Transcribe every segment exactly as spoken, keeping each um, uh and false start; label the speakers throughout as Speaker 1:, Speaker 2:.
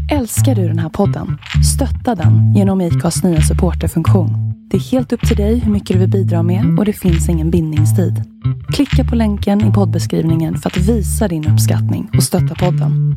Speaker 1: Älskar du den här podden? Stötta den genom I C A:s nya supporterfunktion. Det är helt upp till dig hur mycket du vill bidra med och det finns ingen bindningstid. Klicka på länken i poddbeskrivningen för att visa din uppskattning och stötta podden.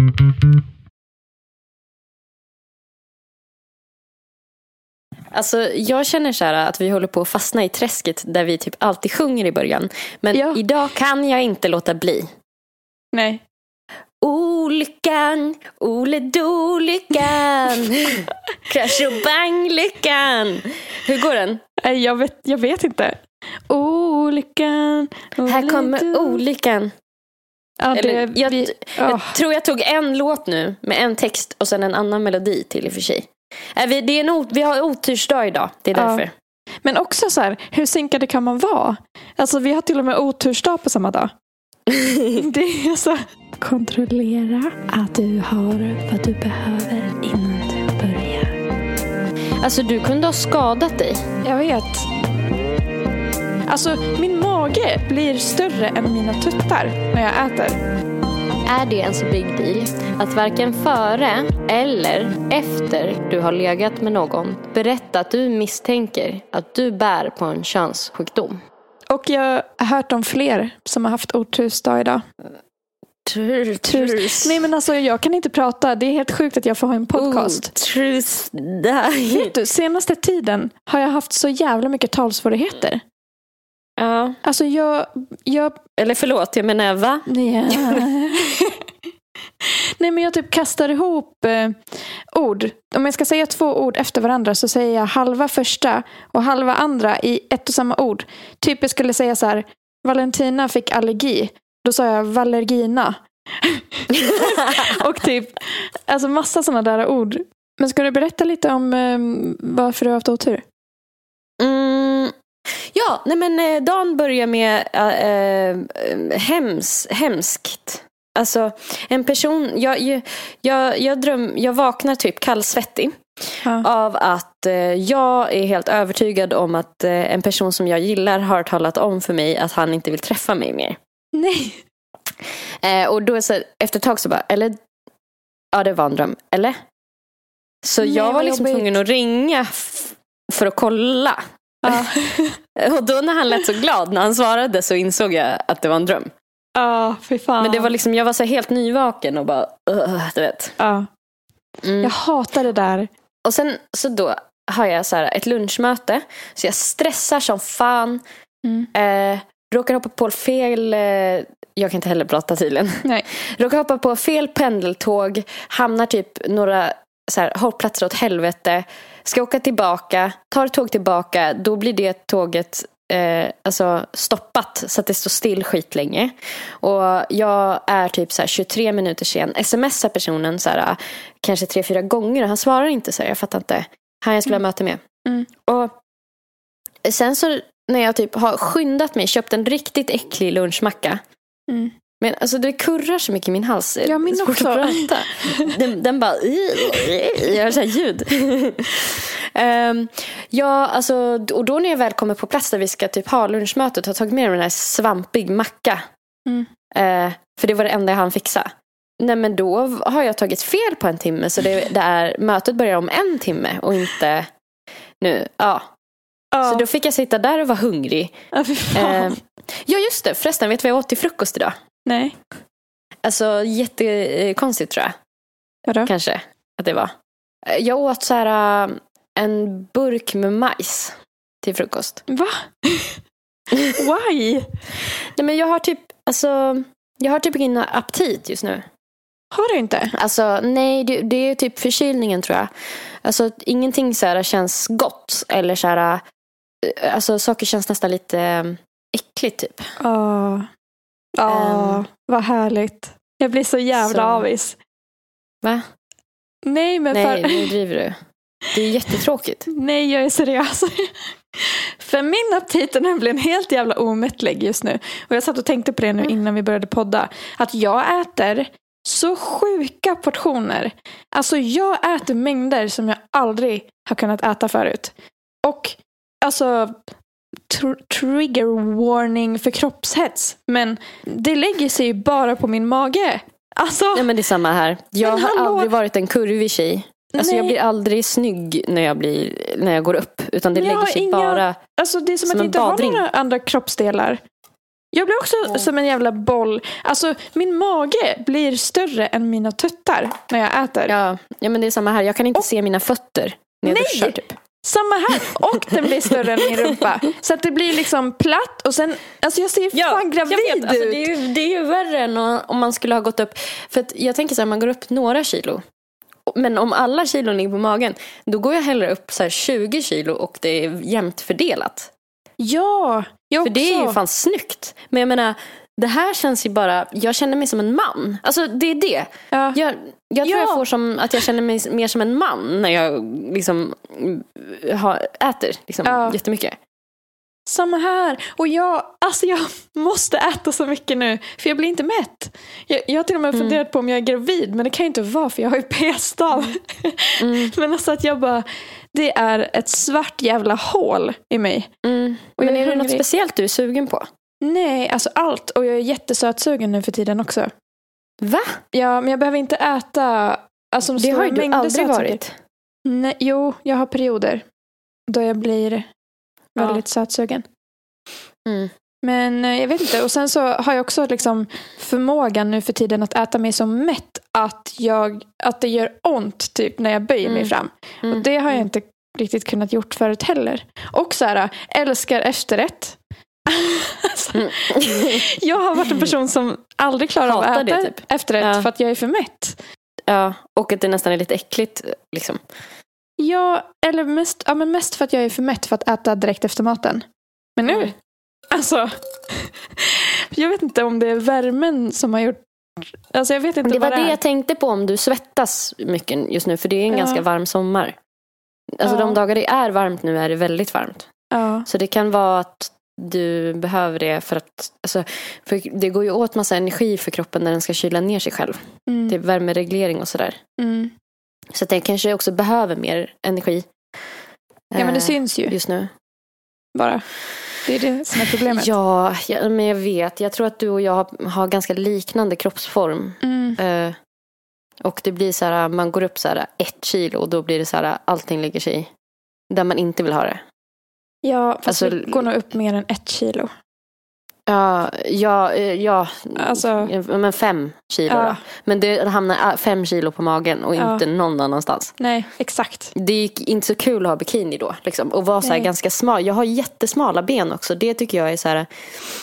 Speaker 2: Alltså jag känner så här att vi håller på att fastna i träsket där vi typ alltid sjunger i början. Men ja. Idag kan jag inte låta bli.
Speaker 1: Nej.
Speaker 2: Olyckan, oledolyckan, crash och bang-lyckan. Hur går den?
Speaker 1: Jag vet, jag vet inte. Olyckan,
Speaker 2: ole Här kommer olyckan.
Speaker 1: Ja, det,
Speaker 2: Eller, jag,
Speaker 1: vi,
Speaker 2: jag
Speaker 1: oh.
Speaker 2: tror jag tog en låt nu med en text och sen en annan melodi till i och för sig. Äh, vi, det är en ot, vi har otursdag idag, det är därför.
Speaker 1: Ja. Men också så här, hur synkade kan man vara? Alltså vi har till och med otursdag på samma dag. Det är så. Kontrollera att du har vad du behöver innan du börjar.
Speaker 2: Alltså du kunde ha skadat dig.
Speaker 1: Jag vet. Alltså min mage blir större än mina tuttar när jag äter.
Speaker 2: Är det en så big deal att varken före eller efter du har legat med någon berätta att du misstänker att du bär på en könssjukdom?
Speaker 1: Och jag har hört om fler som har haft otursdag idag.
Speaker 2: Trus. Trus.
Speaker 1: Nej men alltså jag kan inte prata. Det är helt sjukt att jag får ha en podcast.
Speaker 2: Oh, trus.
Speaker 1: Vet du, senaste tiden har jag haft så jävla mycket talsvårigheter.
Speaker 2: Ja.
Speaker 1: Alltså jag, jag...
Speaker 2: Eller förlåt, jag menar va?
Speaker 1: Ja. Nej men jag typ kastar ihop eh, ord. Om jag ska säga två ord efter varandra så säger jag halva första och halva andra i ett och samma ord. Typ jag skulle säga så här: Valentina fick allergi. Då sa jag Valergina. Och typ alltså massa sådana där ord. Men ska du berätta lite om eh, varför du har haft otur?
Speaker 2: Mm. Ja, nej men dagen börjar med äh, äh, hems, hemskt. Alltså en person, jag, jag, jag, jag, dröm, jag vaknar typ kallsvettig ja. Av att eh, jag är helt övertygad om att eh, en person som jag gillar har talat om för mig att han inte vill träffa mig mer.
Speaker 1: Nej.
Speaker 2: Eh, och då är så, efter ett tag så bara, eller ja det var en dröm, eller? Så Nej, jag var liksom jobbigt. tvungen att ringa f- för att kolla. Ja. Och då när han lät så glad när han svarade så insåg jag att det var en dröm.
Speaker 1: Ja, fy fan.
Speaker 2: Men det var liksom, jag var så helt nyvaken och bara, uh, du vet.
Speaker 1: Ja. Mm. Jag hatar det där.
Speaker 2: Och sen så då har jag så här ett lunchmöte. Så jag stressar som fan. Mm. Eh, råkar hoppa på fel, eh, jag kan inte heller prata tydligen.
Speaker 1: Nej.
Speaker 2: Råkar hoppa på fel pendeltåg. Hamnar typ några så här hållplatser åt helvete. Ska åka tillbaka, tar tåg tillbaka, då blir det tåget eh, alltså stoppat så att det står still skitlänge. Och jag är typ så här tjugotre minuter sen. Smsar personen så här kanske tre, fyra gånger och han svarar inte så här, jag fattar inte. Han jag skulle ha möte med.
Speaker 1: Mm.
Speaker 2: Och sen så när jag typ har skyndat mig, köpt en riktigt äcklig lunchmacka. Mm. Men alltså det kurrar så mycket i min hals.
Speaker 1: Jag min också.
Speaker 2: Den, den bara gör så här ljud. um, ja, alltså och då när jag väl kommer på plats där vi ska typ ha lunchmötet har jag tagit med den här svampig macka. Mm. Uh, för det var det enda jag hann fixa. Nej men då har jag tagit fel på en timme så det, det är mötet börjar om en timme och inte nu. Ja. Oh. Så då fick jag sitta där och vara hungrig.
Speaker 1: Oh, uh,
Speaker 2: ja just det, förresten vet du vad jag åt till frukost idag?
Speaker 1: Nej.
Speaker 2: Alltså jättekonstigt tror jag.
Speaker 1: Vadå?
Speaker 2: Kanske att det var. Jag åt så här uh, en burk med majs till frukost.
Speaker 1: Va? Why?
Speaker 2: Nej men jag har typ alltså jag har typ ingen aptit just nu.
Speaker 1: Har du inte?
Speaker 2: Alltså nej, det, det är typ förkylningen tror jag. Alltså ingenting så här känns gott eller så här alltså saker känns nästan lite äckligt typ.
Speaker 1: Ja. Ja, um, vad härligt. Jag blir så jävla så. avis.
Speaker 2: Va?
Speaker 1: Nej, men
Speaker 2: Nej,
Speaker 1: för...
Speaker 2: nu driver du. Det är jättetråkigt.
Speaker 1: Nej, jag är seriös. För min aptit är nämligen helt jävla omättlig just nu. Och jag satt och tänkte på det nu mm. innan vi började podda. Att jag äter så sjuka portioner. Alltså jag äter mängder som jag aldrig har kunnat äta förut. Och alltså... Tr- trigger warning för kroppshets. Men det lägger sig ju bara på min mage. Alltså,
Speaker 2: Nej, men det är samma här. Jag
Speaker 1: Men
Speaker 2: har
Speaker 1: hallå.
Speaker 2: aldrig varit en kurvig tjej. Alltså
Speaker 1: Nej.
Speaker 2: jag blir aldrig snygg när jag, blir, när jag går upp. Utan det
Speaker 1: Men jag
Speaker 2: lägger
Speaker 1: har
Speaker 2: sig
Speaker 1: inga-
Speaker 2: bara...
Speaker 1: alltså det är som,
Speaker 2: Som
Speaker 1: att
Speaker 2: en
Speaker 1: jag inte
Speaker 2: badring.
Speaker 1: har några andra kroppsdelar. Jag blir också
Speaker 2: Mm.
Speaker 1: som en jävla boll. Alltså min mage blir större än mina tuttar när jag äter.
Speaker 2: Ja, ja, men det är samma här. Jag kan inte se mina fötter när jag
Speaker 1: Nej.
Speaker 2: duschar typ.
Speaker 1: Samma här. Och den blir större än min rumpa. Så att det blir liksom platt. Och sen, alltså jag ser fan gravid
Speaker 2: jag vet. Alltså,
Speaker 1: ut.
Speaker 2: det, är ju, det är ju värre än om man skulle ha gått upp. För att jag tänker så här, man går upp några kilo. Men om alla kilon ligger på magen, då går jag hellre upp så här tjugo kilo och det är jämnt fördelat.
Speaker 1: Ja, jag
Speaker 2: För
Speaker 1: också.
Speaker 2: det är ju fan snyggt. Men jag menar, det här känns ju bara, jag känner mig som en man. Alltså det är det.
Speaker 1: Ja.
Speaker 2: Jag, jag tror
Speaker 1: Ja.
Speaker 2: jag får som att jag känner mig mer som en man när jag liksom har, äter liksom,
Speaker 1: Ja.
Speaker 2: jättemycket.
Speaker 1: Samma här. Och jag, alltså jag måste äta så mycket nu. För jag blir inte mätt. Jag, jag har till och med funderat
Speaker 2: Mm.
Speaker 1: på om jag är gravid. Men det kan ju inte vara för jag har ju p-stav.
Speaker 2: Mm.
Speaker 1: Men alltså att jag bara, det är ett svart jävla hål i mig.
Speaker 2: Mm.
Speaker 1: Och
Speaker 2: Men
Speaker 1: jag är
Speaker 2: är det något
Speaker 1: hungrig.
Speaker 2: speciellt du är sugen på?
Speaker 1: Nej, alltså allt. Och jag är jättesötsugen nu för tiden också.
Speaker 2: Va?
Speaker 1: Ja, men jag behöver inte äta alltså,
Speaker 2: Det
Speaker 1: stora
Speaker 2: har ju du
Speaker 1: mängder
Speaker 2: aldrig
Speaker 1: sötsaker.
Speaker 2: varit.
Speaker 1: Nej, jo, jag har perioder. Då jag blir
Speaker 2: Ja.
Speaker 1: väldigt sötsugen.
Speaker 2: Mm.
Speaker 1: Men eh, jag vet inte. Och sen så har jag också liksom förmågan nu för tiden att äta mig så mätt att, jag, att det gör ont typ när jag böjer mig
Speaker 2: Mm.
Speaker 1: fram.
Speaker 2: Mm.
Speaker 1: Och det har jag inte riktigt kunnat gjort förut heller. Och så här, älskar efterrätt. alltså,
Speaker 2: Mm.
Speaker 1: jag har varit en person som aldrig klarar av
Speaker 2: Hatar
Speaker 1: att äta
Speaker 2: det, typ.
Speaker 1: efterrätt
Speaker 2: Ja.
Speaker 1: för att jag är för mätt.
Speaker 2: Ja, och att det nästan är lite äckligt liksom.
Speaker 1: Ja, eller mest, ja, men mest för att jag är för mätt för att äta direkt efter maten. Men nu,
Speaker 2: Mm.
Speaker 1: alltså, jag vet inte om det är värmen som har gjort, alltså jag vet inte
Speaker 2: Det
Speaker 1: vad
Speaker 2: var
Speaker 1: det
Speaker 2: det
Speaker 1: är.
Speaker 2: jag tänkte på om du svettas mycket just nu. För det är en
Speaker 1: Ja.
Speaker 2: ganska varm sommar. Alltså
Speaker 1: Ja.
Speaker 2: de dagar det är varmt nu är det väldigt varmt.
Speaker 1: Ja,
Speaker 2: Så det kan vara att du behöver det för att alltså, för det går ju åt massa energi för kroppen när den ska kyla ner sig själv.
Speaker 1: mm,
Speaker 2: Det är värmereglering och sådär.
Speaker 1: mm.
Speaker 2: Så att den kanske också behöver mer energi.
Speaker 1: Ja, men det
Speaker 2: eh,
Speaker 1: syns ju
Speaker 2: just nu.
Speaker 1: bara. Det är det som är problemet.
Speaker 2: Ja, ja, men jag vet. Jag tror att du och jag har, har ganska liknande kroppsform.
Speaker 1: Mm.
Speaker 2: Eh, och det blir så här, man går upp så här ett kilo och då blir det så här, allting lägger sig där man inte vill ha det.
Speaker 1: Ja, fast
Speaker 2: Alltså,
Speaker 1: vi går nog upp mer än ett kilo.
Speaker 2: Ja, ja, eh, ja.
Speaker 1: Alltså,
Speaker 2: Men fem kilo
Speaker 1: Ja.
Speaker 2: då. Men det hamnar fem kilo på magen och
Speaker 1: Ja.
Speaker 2: inte någon annanstans.
Speaker 1: nej, exakt.
Speaker 2: Det är inte så kul att ha bikini då. Liksom, och vara så här
Speaker 1: Nej.
Speaker 2: ganska smal. Jag har jättesmala ben också. Det tycker jag är så här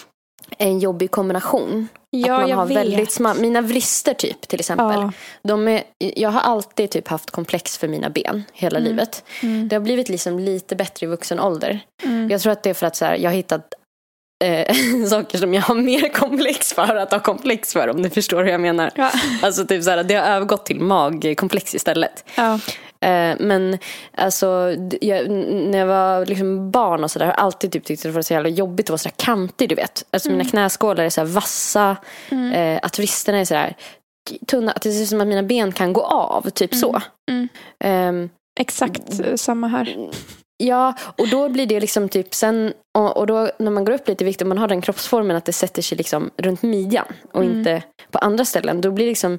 Speaker 2: en jobbig kombination.
Speaker 1: Ja,
Speaker 2: att man
Speaker 1: jag
Speaker 2: har
Speaker 1: vet.
Speaker 2: väldigt smal, mina vrister typ till exempel.
Speaker 1: Ja.
Speaker 2: De är, jag har alltid typ haft komplex för mina ben hela
Speaker 1: Mm.
Speaker 2: livet.
Speaker 1: Mm.
Speaker 2: Det har blivit liksom lite bättre i vuxen ålder.
Speaker 1: Mm.
Speaker 2: Jag tror att det är för att så här, jag har hittat eh, saker som jag har mer komplex för att ha komplex för, om du förstår hur jag menar.
Speaker 1: Ja.
Speaker 2: Alltså typ så här, det har övergått till magkomplex istället.
Speaker 1: Ja.
Speaker 2: Eh, men alltså d- jag, n- när jag var liksom barn och så där, har jag alltid typ tyckt det var så jävla jobbigt att vara så där kantig, du vet. Alltså mina knäskålar är så här vassa,
Speaker 1: Mm.
Speaker 2: eh, att vristerna är så där tunna, att det ser ut som att mina ben kan gå av, typ så.
Speaker 1: Mm.
Speaker 2: Ehm,
Speaker 1: Exakt eh, samma här.
Speaker 2: Ja, och då blir det liksom typ sen, och, och då när man går upp lite i vikt och man har den kroppsformen att det sätter sig liksom runt midjan och
Speaker 1: Mm.
Speaker 2: inte på andra ställen, då blir det liksom,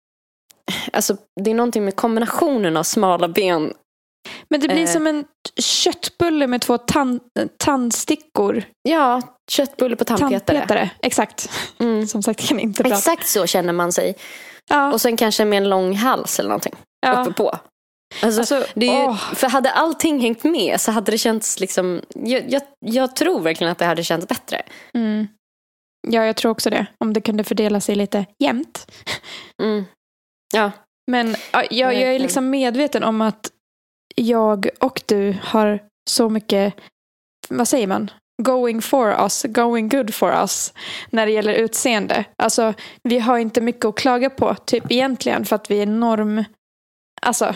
Speaker 2: alltså det är någonting med kombinationen av smala ben.
Speaker 1: Men det blir
Speaker 2: Eh.
Speaker 1: som en köttbulle med två tan- tandstickor.
Speaker 2: Ja, köttbulle på tandpetare.
Speaker 1: Tandpetare, exakt.
Speaker 2: Mm.
Speaker 1: Som sagt, kan inte prata.
Speaker 2: Exakt så känner man sig.
Speaker 1: Ja,
Speaker 2: Och sen kanske med en lång hals eller någonting
Speaker 1: ja.
Speaker 2: uppe på. Alltså,
Speaker 1: Alltså,
Speaker 2: det är ju,
Speaker 1: åh.
Speaker 2: för hade allting hängt med så hade det känts liksom, jag, jag, jag tror verkligen att det hade känts bättre.
Speaker 1: Mm. Ja, jag tror också det. Om det kunde fördela sig lite jämnt.
Speaker 2: Mm. Ja.
Speaker 1: Men ja, jag, jag är
Speaker 2: Verkligen.
Speaker 1: liksom medveten om att jag och du har så mycket, vad säger man? Going for us, going good for us när det gäller utseende. Alltså, vi har inte mycket att klaga på, typ egentligen, för att vi är norm, alltså,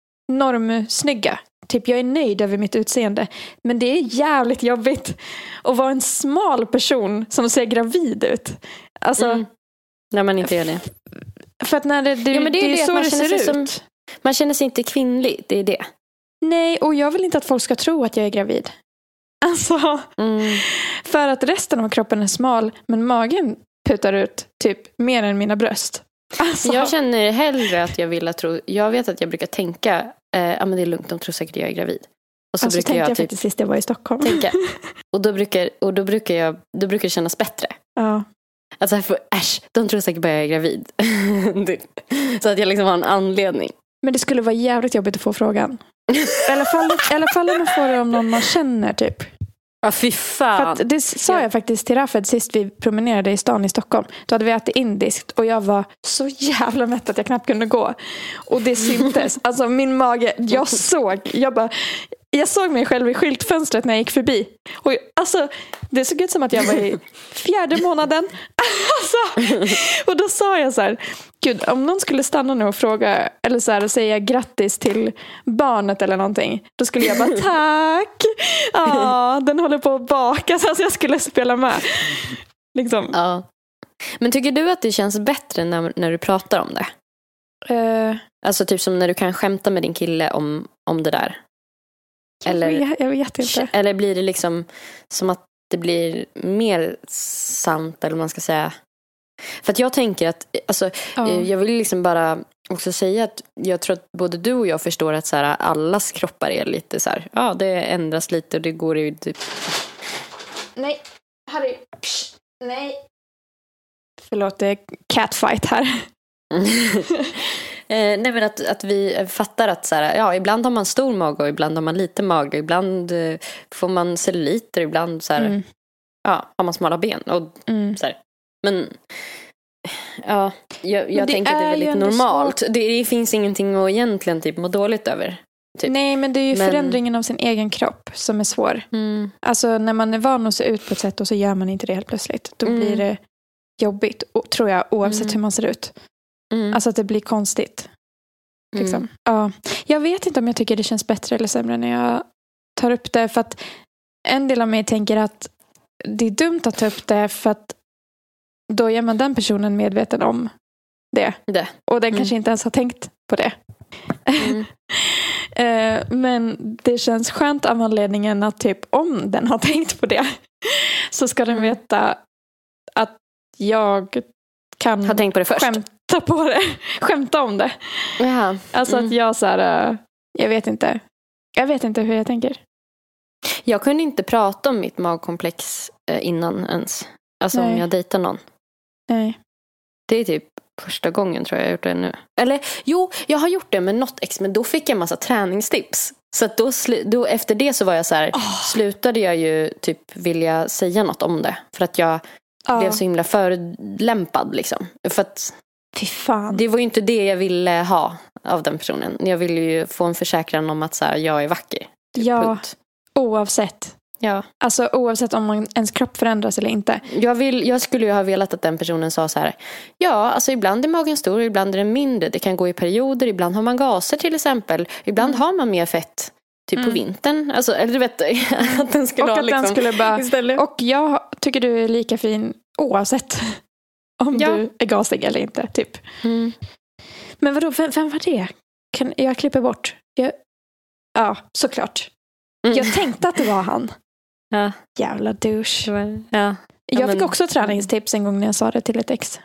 Speaker 1: normsnygga. Typ, jag är nöjd över mitt utseende. Men det är jävligt jobbigt att vara en smal person som ser gravid ut. Alltså,
Speaker 2: Mm. När man inte gör det.
Speaker 1: för att när det, det,
Speaker 2: Ja, men det är
Speaker 1: det
Speaker 2: ju
Speaker 1: är
Speaker 2: det att
Speaker 1: så
Speaker 2: man
Speaker 1: det
Speaker 2: känner
Speaker 1: ser
Speaker 2: sig
Speaker 1: ut.
Speaker 2: som- Man känner sig inte kvinnlig, det är det.
Speaker 1: Nej, och jag vill inte att folk ska tro att jag är gravid. Alltså,
Speaker 2: Mm.
Speaker 1: för att resten av kroppen är smal, men magen putar ut typ mer än mina bröst. Alltså.
Speaker 2: Jag känner hellre att jag vill att tro, jag vet att jag brukar tänka, eh, ja men det är lugnt, de tror säkert jag är gravid. Och så
Speaker 1: alltså,
Speaker 2: brukar jag,
Speaker 1: jag
Speaker 2: typ
Speaker 1: faktiskt sist jag var i Stockholm.
Speaker 2: tänka, och då brukar, och då brukar jag, då brukar det kännas bättre.
Speaker 1: Ja.
Speaker 2: Alltså för äsch, de tror säkert bara jag är gravid. Så att jag liksom har en anledning.
Speaker 1: Men det skulle vara jävligt jobbigt att få frågan. I alla fall, i alla fall om man får det om någon man känner typ.
Speaker 2: Ja, fy fan.
Speaker 1: För att det sa jag faktiskt till Rafed sist vi promenerade i stan i Stockholm. Då hade vi ätit indiskt och jag var så jävla mätt att jag knappt kunde gå. Och det syntes. Alltså min mage, jag såg, jag bara, jag såg mig själv i skyltfönstret när jag gick förbi. Och alltså, det såg ut som att jag var i fjärde månaden. Alltså, och då sa jag så här, gud, om någon skulle stanna nu och fråga, eller så här, och säga grattis till barnet eller någonting, då skulle jag bara, tack! Ja, den håller på att baka, så alltså jag skulle spela med. Liksom.
Speaker 2: Ja. Men tycker du att det känns bättre när, när du pratar om det?
Speaker 1: Uh,
Speaker 2: alltså typ som när du kan skämta med din kille om, om det där? Eller,
Speaker 1: jag, vet, jag vet inte.
Speaker 2: Eller blir det liksom som att det blir mer sant, eller man ska säga. För att jag tänker att, alltså,
Speaker 1: ja.
Speaker 2: jag vill liksom bara också säga att jag tror att både du och jag förstår att så här, allas kroppar är lite så här, ja, det ändras lite och det går ju typ.
Speaker 1: Nej, Harry. Psh, nej. Förlåt, det är catfight här.
Speaker 2: eh, nej men att, att vi fattar att så här, ja, ibland har man stor mage och ibland har man lite mage, ibland eh, får man celluliter, ibland så här, mm. ja, har man smala ben och
Speaker 1: mm.
Speaker 2: så här. Men ja, jag, jag tänker att det är väldigt normalt. Det, det finns ingenting att egentligen typ må dåligt över. Typ.
Speaker 1: Nej, men det är ju
Speaker 2: men...
Speaker 1: förändringen av sin egen kropp som är svår.
Speaker 2: Mm.
Speaker 1: Alltså när man är van att se ut på ett sätt och så gör man inte det helt plötsligt. Då
Speaker 2: mm.
Speaker 1: blir det jobbigt, tror jag, oavsett
Speaker 2: mm.
Speaker 1: hur man ser ut.
Speaker 2: Mm.
Speaker 1: Alltså att det blir konstigt. Liksom.
Speaker 2: Mm.
Speaker 1: Ja. Jag vet inte om jag tycker det känns bättre eller sämre när jag tar upp det. För att en del av mig tänker att det är dumt att ta upp det, för att då gör man den personen medveten om det.
Speaker 2: det.
Speaker 1: Och den
Speaker 2: mm.
Speaker 1: kanske inte ens har tänkt på det.
Speaker 2: Mm.
Speaker 1: uh, men det känns skönt av anledningen att typ om den har tänkt på det så ska den veta att jag kan
Speaker 2: har tänkt på det först.
Speaker 1: Skämta på det. Skämta om det.
Speaker 2: Jaha.
Speaker 1: Alltså
Speaker 2: mm.
Speaker 1: att jag så här, uh, jag vet inte. Jag vet inte hur jag tänker.
Speaker 2: Jag kunde inte prata om mitt magkomplex uh, innan ens. Alltså Nej. Om jag dejtar någon.
Speaker 1: Nej.
Speaker 2: Det är typ första gången tror jag jag har gjort det nu. Eller jo, jag har gjort det med något ex, men då fick jag en massa träningstips. Så att då, då efter det så var jag så här, oh. slutade jag ju typ vilja säga något om det. För att jag oh. blev så himla förlämpad liksom. För att
Speaker 1: fy fan.
Speaker 2: Det var ju inte det jag ville ha av den personen. Jag ville ju få en försäkran om att så här, jag är vacker. Typ,
Speaker 1: ja,
Speaker 2: punkt.
Speaker 1: Oavsett.
Speaker 2: Ja.
Speaker 1: Alltså oavsett om man, ens kropp förändras eller inte.
Speaker 2: Jag, vill, jag skulle ju ha velat att den personen sa så här, ja, alltså ibland är magen stor, ibland är den mindre. Det kan gå i perioder, ibland har man gaser till exempel. Ibland mm. har man mer fett typ mm. på vintern. Alltså, eller du vet, att den skulle
Speaker 1: och
Speaker 2: ha
Speaker 1: att
Speaker 2: liksom,
Speaker 1: den skulle bara,
Speaker 2: istället.
Speaker 1: Och jag tycker du är lika fin oavsett om ja. du är gasig eller inte, typ.
Speaker 2: Mm.
Speaker 1: Men vadå, vem, vem var det? Kan, jag klipper bort. Jag, ja, såklart. Mm. Jag tänkte att det var han.
Speaker 2: Ja.
Speaker 1: Jävla douche.
Speaker 2: Ja.
Speaker 1: Jag
Speaker 2: ja,
Speaker 1: fick
Speaker 2: men...
Speaker 1: också träningstips en gång när jag sa det till ett ex.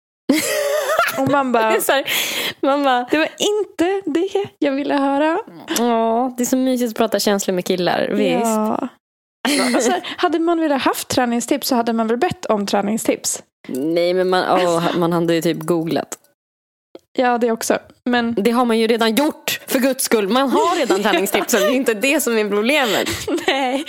Speaker 1: Och man bara,
Speaker 2: det, är så här, man bara,
Speaker 1: det var inte det jag ville höra.
Speaker 2: Ja, det är så mysigt att prata känslor med killar. Visst.
Speaker 1: Ja. Alltså, hade man velat haft träningstips så hade man väl bett om träningstips.
Speaker 2: Nej, men man, åh, man hade ju typ googlat.
Speaker 1: Ja, det också. Men
Speaker 2: det har man ju redan gjort, för guds skull. Man har redan träningstipsen. Det är inte det som är problemet.
Speaker 1: Nej.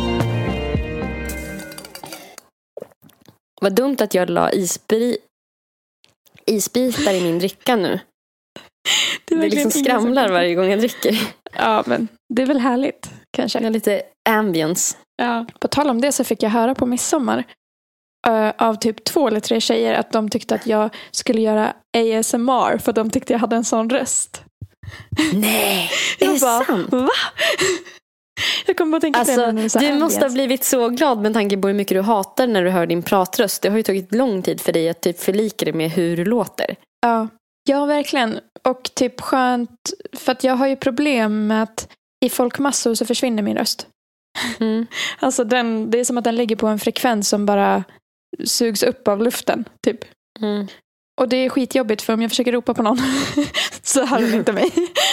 Speaker 2: Vad dumt att jag la isbri... isbitar i min dricka nu. Det, det liksom skramlar varje gång jag dricker.
Speaker 1: Ja, men det är väl härligt, kanske.
Speaker 2: Det är lite ambience.
Speaker 1: Ja. På tal om det så fick jag höra på midsommar uh, av typ två eller tre tjejer att de tyckte att jag skulle göra A S M R för de tyckte jag hade en sån röst.
Speaker 2: Nej, är det bara, sant?
Speaker 1: Va? Jag kommer bara tänka
Speaker 2: alltså,
Speaker 1: på det.
Speaker 2: Du
Speaker 1: ambience.
Speaker 2: Måste ha blivit så glad med tanke på hur mycket du hatar när du hör din pratröst. Det har ju tagit lång tid för dig att typ förlika dig med hur du låter.
Speaker 1: Ja, ja verkligen. Och typ skönt, för att jag har ju problem med att i folkmassor så försvinner min röst.
Speaker 2: Mm.
Speaker 1: Alltså den, det är som att den ligger på en frekvens som bara sugs upp av luften, typ.
Speaker 2: Mm.
Speaker 1: Och det är skitjobbigt för om jag försöker ropa på någon så hör de inte mig. Så hör de inte mig.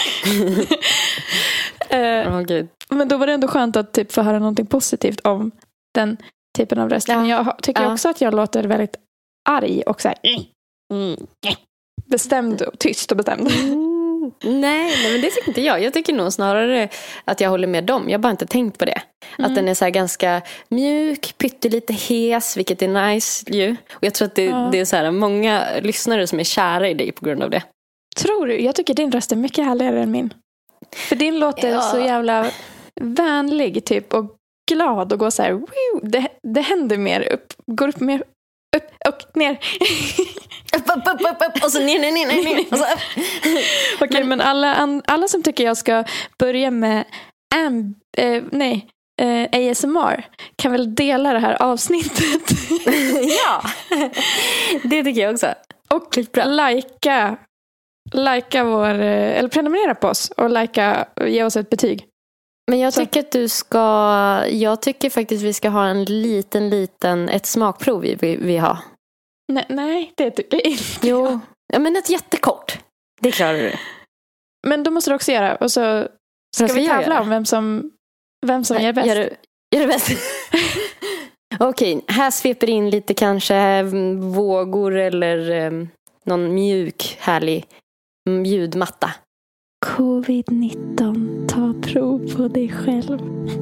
Speaker 2: uh, oh,
Speaker 1: men då var det ändå skönt att typ få höra någonting positivt om den typen av röst. Ja. Men jag tycker ja. också att jag låter väldigt arg och så här, mm, bestämd och tyst och bestämd.
Speaker 2: Mm, nej, nej, men det tycker inte jag. Jag tycker nog snarare att jag håller med dem. Jag har bara inte tänkt på det. Mm. Att den är så här ganska mjuk, pyttelite hes, vilket är nice ju. Och jag tror att det, ja. det är så här många lyssnare som är kära i dig på grund av det.
Speaker 1: Tror du? Jag tycker din röst är mycket härligare än min. För din låter ja. så jävla vänlig typ och glad och går så här, wow, det, det händer mer upp, går upp mer upp och ner.
Speaker 2: upp, upp, upp, upp, upp och så ner, ner, ner, ner, ner. Och så upp.
Speaker 1: Okej, okay, men alla, alla som tycker jag ska börja med am, eh, nej, eh, A S M R kan väl dela det här avsnittet.
Speaker 2: Ja, det tycker jag också.
Speaker 1: Och likea likea vår, eller prenumerera på oss och likea, ge oss ett betyg.
Speaker 2: Men jag tycker att du ska, jag tycker faktiskt vi ska ha en liten, liten, ett smakprov vi, vi, vi har.
Speaker 1: Nej, nej, det tycker jag inte.
Speaker 2: Jo, ja, men ett jättekort. Det klarar du.
Speaker 1: Men då måste du också göra. Och så ska, ska vi tävla om vem som, vem som nej, gör bäst.
Speaker 2: Gör du, gör du bäst? Okej, här sveper in lite kanske vågor eller um, någon mjuk, härlig ljudmatta.
Speaker 1: covid nitton, ta prov på dig själv.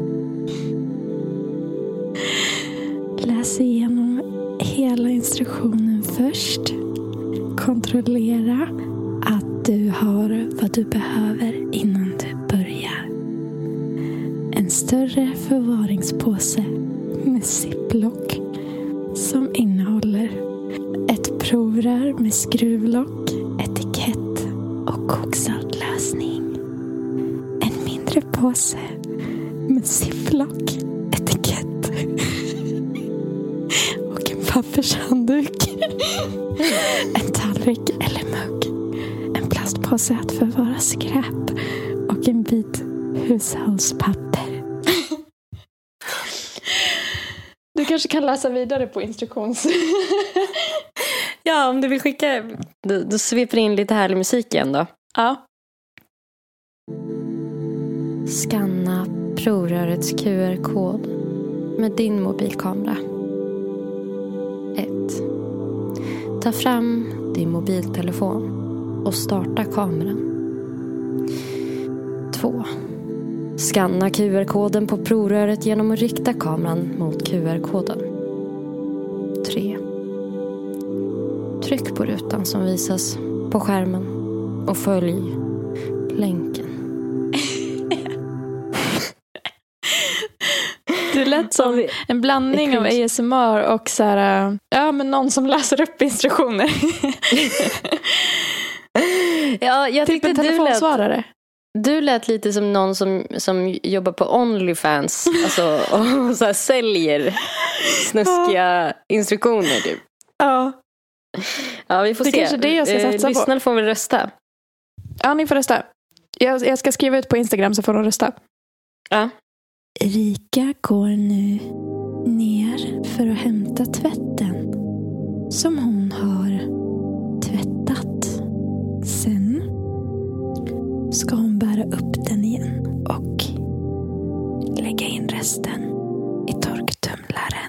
Speaker 1: Läs igenom hela instruktionen först. Kontrollera att du har vad du behöver innan du börjar. En större förvaringspåse med ziplock som innehåller ett provrör med skruvlock, etikett och koksaltlösning. En mindre påse med ziplock, etikett och en pappershandduk. En tallrik eller mugg. En plastpåse att förvara skräp och en bit hushållspapper. Du kanske kan läsa vidare på instruktions.
Speaker 2: Ja, om du vill skicka, då, då sveper in lite härlig musik igen då.
Speaker 1: Ja.
Speaker 2: Skanna provrörets Q R-kod med din mobilkamera. ett. Ta fram din mobiltelefon och starta kameran. två. Skanna Q R-koden på provröret genom att rikta kameran mot Q R-koden. tre. Tryck på rutan som visas på skärmen och följ länken.
Speaker 1: Du lät som en blandning av A S M R och så här, ja, men någon som läser upp instruktioner.
Speaker 2: Ja, jag
Speaker 1: typ en telefonsvarare.
Speaker 2: Du lät lite som någon som, som jobbar på OnlyFans. Alltså, och så här säljer snuskiga instruktioner typ.
Speaker 1: Ja.
Speaker 2: Ja, vi får
Speaker 1: det
Speaker 2: se.
Speaker 1: Det är kanske det jag ska satsa på.
Speaker 2: Lyssnarna får väl rösta.
Speaker 1: Ja, ni får rösta. Jag, jag ska skriva ut på Instagram så får de rösta.
Speaker 2: Ja.
Speaker 1: Erika går nu ner för att hämta tvätten som hon har tvättat. Sen ska hon bära upp den igen och lägga in resten i torktumlaren.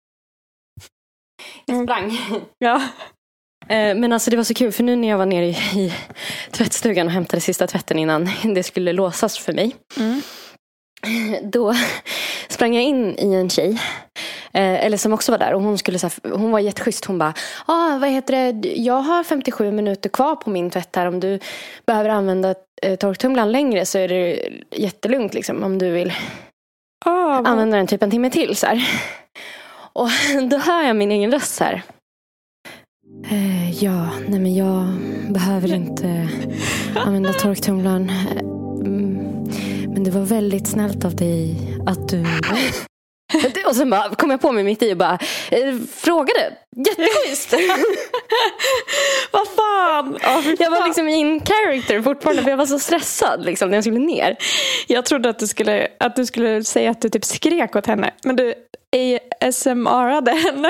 Speaker 2: Jag sprang.
Speaker 1: Ja.
Speaker 2: Men alltså det var så kul för nu när jag var nere i, i tvättstugan och hämtade sista tvätten innan det skulle låsas för mig. Mm. Då sprang jag in i en tjej eh, eller som också var där och hon skulle så här, hon var jätteschysst. Hon bara, ah, vad heter det? Jag har femtiosju minuter kvar på min tvätt här. Om du behöver använda eh, torktumlaren längre så är det jättelugnt liksom, om du vill oh, använda den typ en timme till så här. Och då hör jag min egen röst så här. Eh, ja, nej men jag behöver inte använda torktumlaren. Mm. Men det var väldigt snällt av dig att du... Och sen bara kom jag på mig mitt i och bara eh, frågade. Jätteschysst.
Speaker 1: Vad fan? Oh,
Speaker 2: jag var liksom in character fortfarande för jag var så stressad liksom, när jag skulle ner.
Speaker 1: Jag trodde att du skulle, att du skulle säga att du typ skrek åt henne. Men du A S M R-ade henne.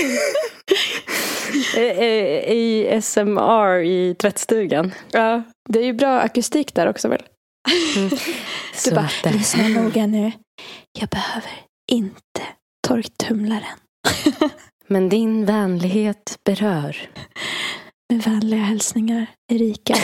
Speaker 2: I S M R i tvättstugan.
Speaker 1: Ja, det är ju bra akustik där också väl?
Speaker 2: Mm.
Speaker 1: Du bara, lyssna noga nu. Jag behöver inte torktumlaren.
Speaker 2: Men din vänlighet berör.
Speaker 1: Med vänliga hälsningar, Erika.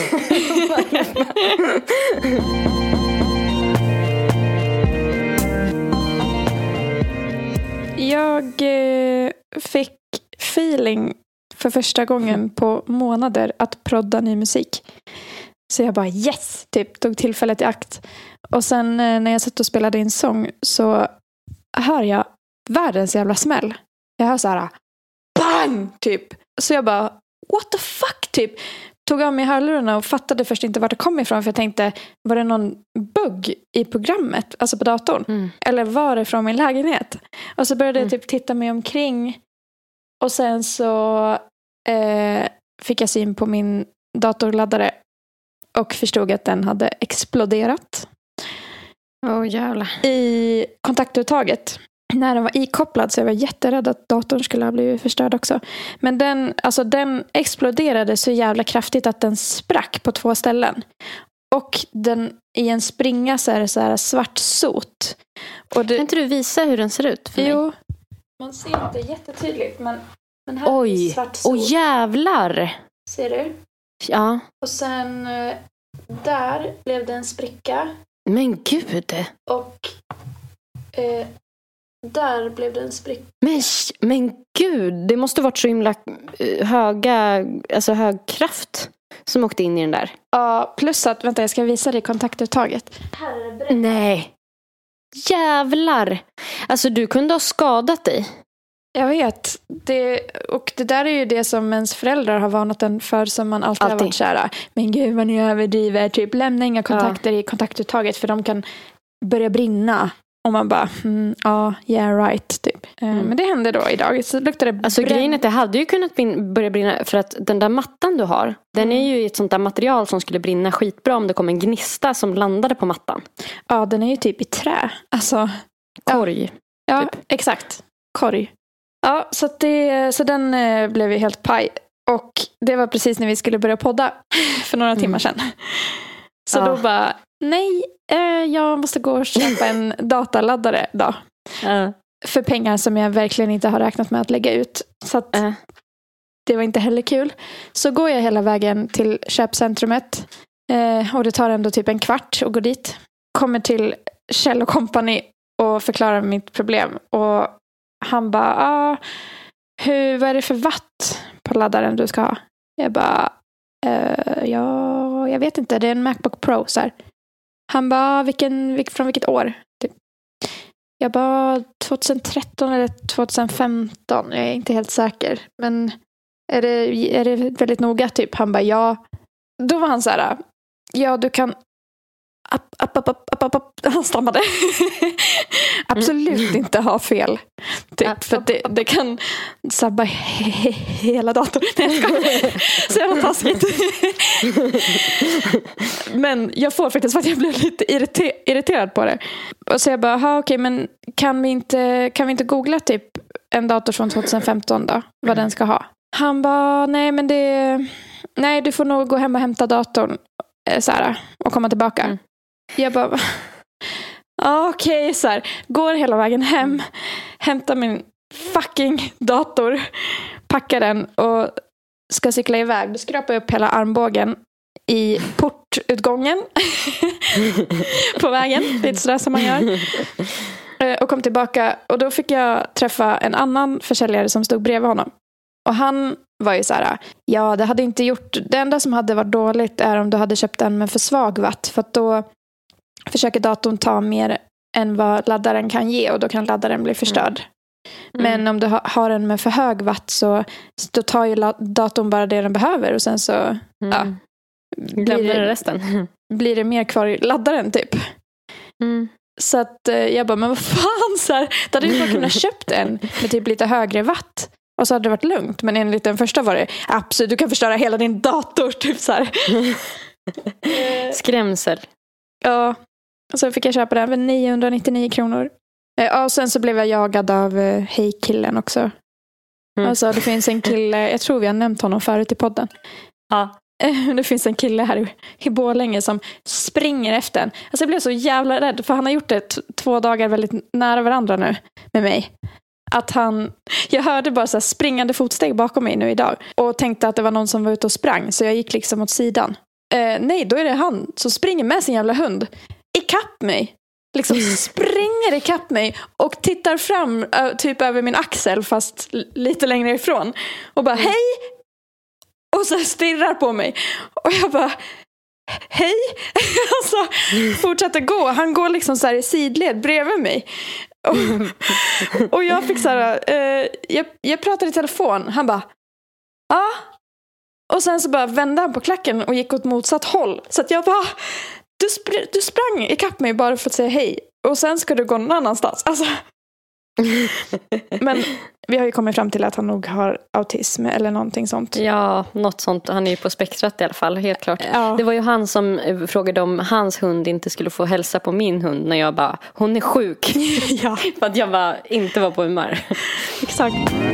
Speaker 1: Jag eh, fick feeling för första gången på månader att prodda ny musik. Så jag bara yes, typ tog tillfället i akt. Och sen eh, när jag satt och spelade in sång så hör jag världens jävla smäll. Jag hör så här bang, typ. Så jag bara what the fuck, typ. Tog av mig hörlurarna och fattade först inte vart det kom ifrån. För jag tänkte, var det någon bugg i programmet? Alltså på datorn? Mm. Eller var det från min lägenhet? Och så började mm. jag typ titta mig omkring. Och sen så eh, fick jag syn på min datorladdare. Och förstod att den hade exploderat.
Speaker 2: Åh oh, jävlar.
Speaker 1: I kontaktuttaget. När den var ikopplad så jag var jätterädd att datorn skulle ha blivit förstörd också. Men den, alltså den exploderade så jävla kraftigt att den sprack på två ställen. Och den, i en springa så är det så här svart sot. Och det,
Speaker 2: kan inte du visa hur den ser ut för mig?
Speaker 1: Jo, man ser inte jättetydligt. Men, men här
Speaker 2: oj,
Speaker 1: är svart sot.
Speaker 2: Oj, jävlar.
Speaker 1: Ser du?
Speaker 2: Ja.
Speaker 1: Och sen där blev det en spricka.
Speaker 2: Men gud.
Speaker 1: Och eh, där blev det en spricka.
Speaker 2: Men, men gud, det måste varit så himla höga, alltså hög kraft som åkte in i den där.
Speaker 1: Ja, plus att, vänta jag ska visa dig kontaktuttaget.
Speaker 2: Nej. Jävlar. Alltså du kunde ha skadat dig.
Speaker 1: Jag vet. Det, och det där är ju det som ens föräldrar har varnat en för, som man alltid, alltid. har varit kära. Men gud vad ni överdriver. Typ lämna inga kontakter ja. i kontaktuttaget för de kan börja brinna. Och man bara, mm, ja, yeah right, typ. Mm. Men det hände då idag. Så luktade det
Speaker 2: alltså
Speaker 1: bränn...
Speaker 2: grejen är att det hade ju kunnat bin- börja brinna. För att den där mattan du har, den är ju ett sånt där material som skulle brinna skitbra om det kom en gnista som landade på mattan.
Speaker 1: Ja, den är ju typ i trä. Alltså,
Speaker 2: korg.
Speaker 1: Ja,
Speaker 2: typ.
Speaker 1: ja exakt. Korg. Ja, så, att det, så den eh, blev ju helt paj. Och det var precis när vi skulle börja podda för några mm. timmar sedan. Så ja. då bara, nej, eh, jag måste gå och köpa en dataladdare då. Uh. För pengar som jag verkligen inte har räknat med att lägga ut. Så att uh. det var inte heller kul. Så går jag hela vägen till köpcentrumet. Eh, och det tar ändå typ en kvart att gå dit. Kommer till Kjell och Company och förklarar mitt problem. Och han bara, ah, hur, vad är det för watt på laddaren du ska ha? Jag bara, eh, ja, jag vet inte. Det är en MacBook Pro så här. Han bara, vilken, vilken, från vilket år? Typ. Jag bara, tjugohundratretton eller tjugohundrafemton. Jag är inte helt säker. Men är det, är det väldigt noga typ? Han bara, ja. Då var han så här, ja du kan App, app, app, app, app, app. Han stammade. Absolut mm. inte ha fel. Typ, app, för app, det, det kan sabba he- hela datorn. Nej, jag skojar. Så jävla taskigt. Men jag får faktiskt för att jag blev lite irriter- irriterad på det. Och så jag bara, okej, okay, men kan vi, inte, kan vi inte googla typ en dator från tjugohundrafemton då? Vad den ska ha? Han bara, nej men det... Nej, du får nog gå hem och hämta datorn så här, och komma tillbaka. Mm. Jag bara, ja okej, okay, så här, går hela vägen hem, hämtar min fucking dator, packar den och ska cykla iväg. Då skrapar jag upp hela armbågen i portutgången på vägen. Det är sådär som man gör. Och kom tillbaka och då fick jag träffa en annan försäljare som stod bredvid honom. Och han var ju så här, ja det hade inte gjort, det enda som hade varit dåligt är om du hade köpt den med för svag watt. För att då försöker datorn ta mer än vad laddaren kan ge och då kan laddaren bli förstörd. Mm. Men om du har den med för hög watt så då tar ju datorn bara det den behöver och sen så mm. ja, blir, det,
Speaker 2: resten.
Speaker 1: blir det mer kvar i laddaren typ.
Speaker 2: Mm.
Speaker 1: Så att eh, jag bara, men vad fan så här, då hade vi bara kunnat köpt en med typ lite högre watt. Och så hade det varit lugnt. Men enligt den första var det absolut, du kan förstöra hela din dator typ så här.
Speaker 2: Skrämsel.
Speaker 1: Ja, och så fick jag köpa den för niohundranittionio kronor. Ja, och sen så blev jag jagad av eh, Hej-killen också. Mm. Alltså det finns en kille, jag tror vi har nämnt honom förut i podden.
Speaker 2: Ja.
Speaker 1: Det finns en kille här i, i Borlänge som springer efter en. Alltså jag blev så jävla rädd, för han har gjort det t- två dagar väldigt nära varandra nu med mig. Att han, jag hörde bara så här springande fotsteg bakom mig nu idag. Och tänkte att det var någon som var ute och sprang, så jag gick liksom åt sidan. Eh, nej, då är det han som springer med sin jävla hund ikapp mig. Liksom springer ikapp mig och tittar fram ö, typ över min axel, fast l- lite längre ifrån. Och bara, hej! Och så stirrar på mig. Och jag bara, hej! Alltså, fortsätter gå. Han går liksom så här i sidled bredvid mig. Och, och jag fick så här, eh, jag, jag pratade i telefon. Han bara, ja. Och sen så bara vände han på klacken och gick åt motsatt håll. Så att jag bara, du, spr- du sprang ikapp mig bara för att säga hej. Och sen ska du gå någon annanstans. Alltså. Men vi har ju kommit fram till att han nog har autism eller någonting sånt.
Speaker 2: Ja, något sånt. Han är ju på spektrat i alla fall, helt klart.
Speaker 1: Ja.
Speaker 2: Det var ju han som frågade om hans hund inte skulle få hälsa på min hund när jag bara, hon är sjuk.
Speaker 1: Ja.
Speaker 2: För att jag bara inte var på humör.
Speaker 1: Exakt.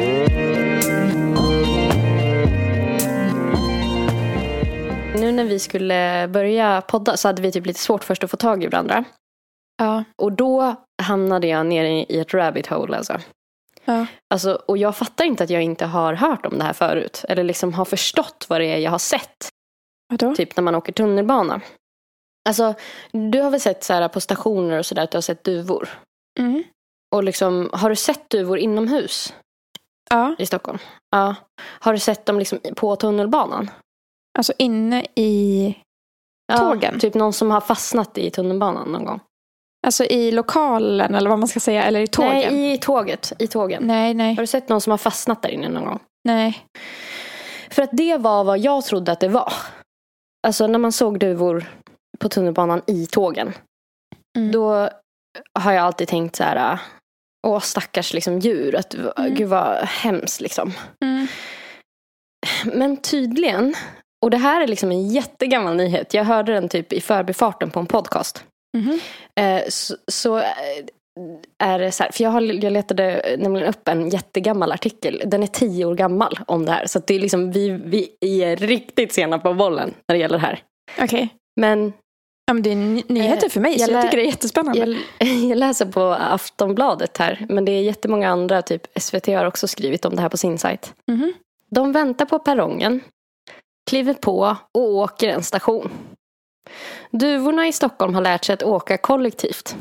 Speaker 2: Nu när vi skulle börja podda så hade vi typ lite svårt först att få tag i varandra.
Speaker 1: Ja.
Speaker 2: Och då hamnade jag ner i ett rabbit hole alltså.
Speaker 1: Ja.
Speaker 2: Alltså, och jag fattar inte att jag inte har hört om det här förut. Eller liksom har förstått vad det är jag har sett.
Speaker 1: Vadå?
Speaker 2: Typ när man åker tunnelbana. Alltså, du har väl sett så här på stationer och sådär att du har sett duvor.
Speaker 1: Mm.
Speaker 2: Och liksom, har du sett duvor inomhus?
Speaker 1: Ja.
Speaker 2: I Stockholm? Ja. Har du sett dem liksom på tunnelbanan?
Speaker 1: Alltså inne i tågen?
Speaker 2: Ja, typ någon som har fastnat i tunnelbanan någon gång.
Speaker 1: Alltså i lokalen eller vad man ska säga, eller i tågen?
Speaker 2: Nej, i tåget. I tågen.
Speaker 1: Nej, nej.
Speaker 2: Har du sett någon som har fastnat där inne någon gång?
Speaker 1: Nej.
Speaker 2: För att det var vad jag trodde att det var. Alltså när man såg duvor på tunnelbanan i tågen. Mm. Då har jag alltid tänkt så här, åh stackars liksom djur. Att, mm. Gud vad hemskt liksom. Mm. Men tydligen, och det här är liksom en jättegammal nyhet. Jag hörde den typ i förbifarten på en podcast. Mm. Eh, så, så är det så här, för jag, har, jag letade nämligen upp en jättegammal artikel. Den är tio år gammal om det här. Så att det är liksom, vi, vi är riktigt sena på bollen när det gäller det här.
Speaker 1: Okej. Okay.
Speaker 2: Men,
Speaker 1: ja, men det är nyheter för mig, jag så jag lä- tycker det är jättespännande.
Speaker 2: Jag, jag läser på Aftonbladet här. Men det är jättemånga andra, typ S V T har också skrivit om det här på sin sajt. Mm. De väntar på perrongen, kliver på och åker en station. Duvorna i Stockholm har lärt sig att åka kollektivt.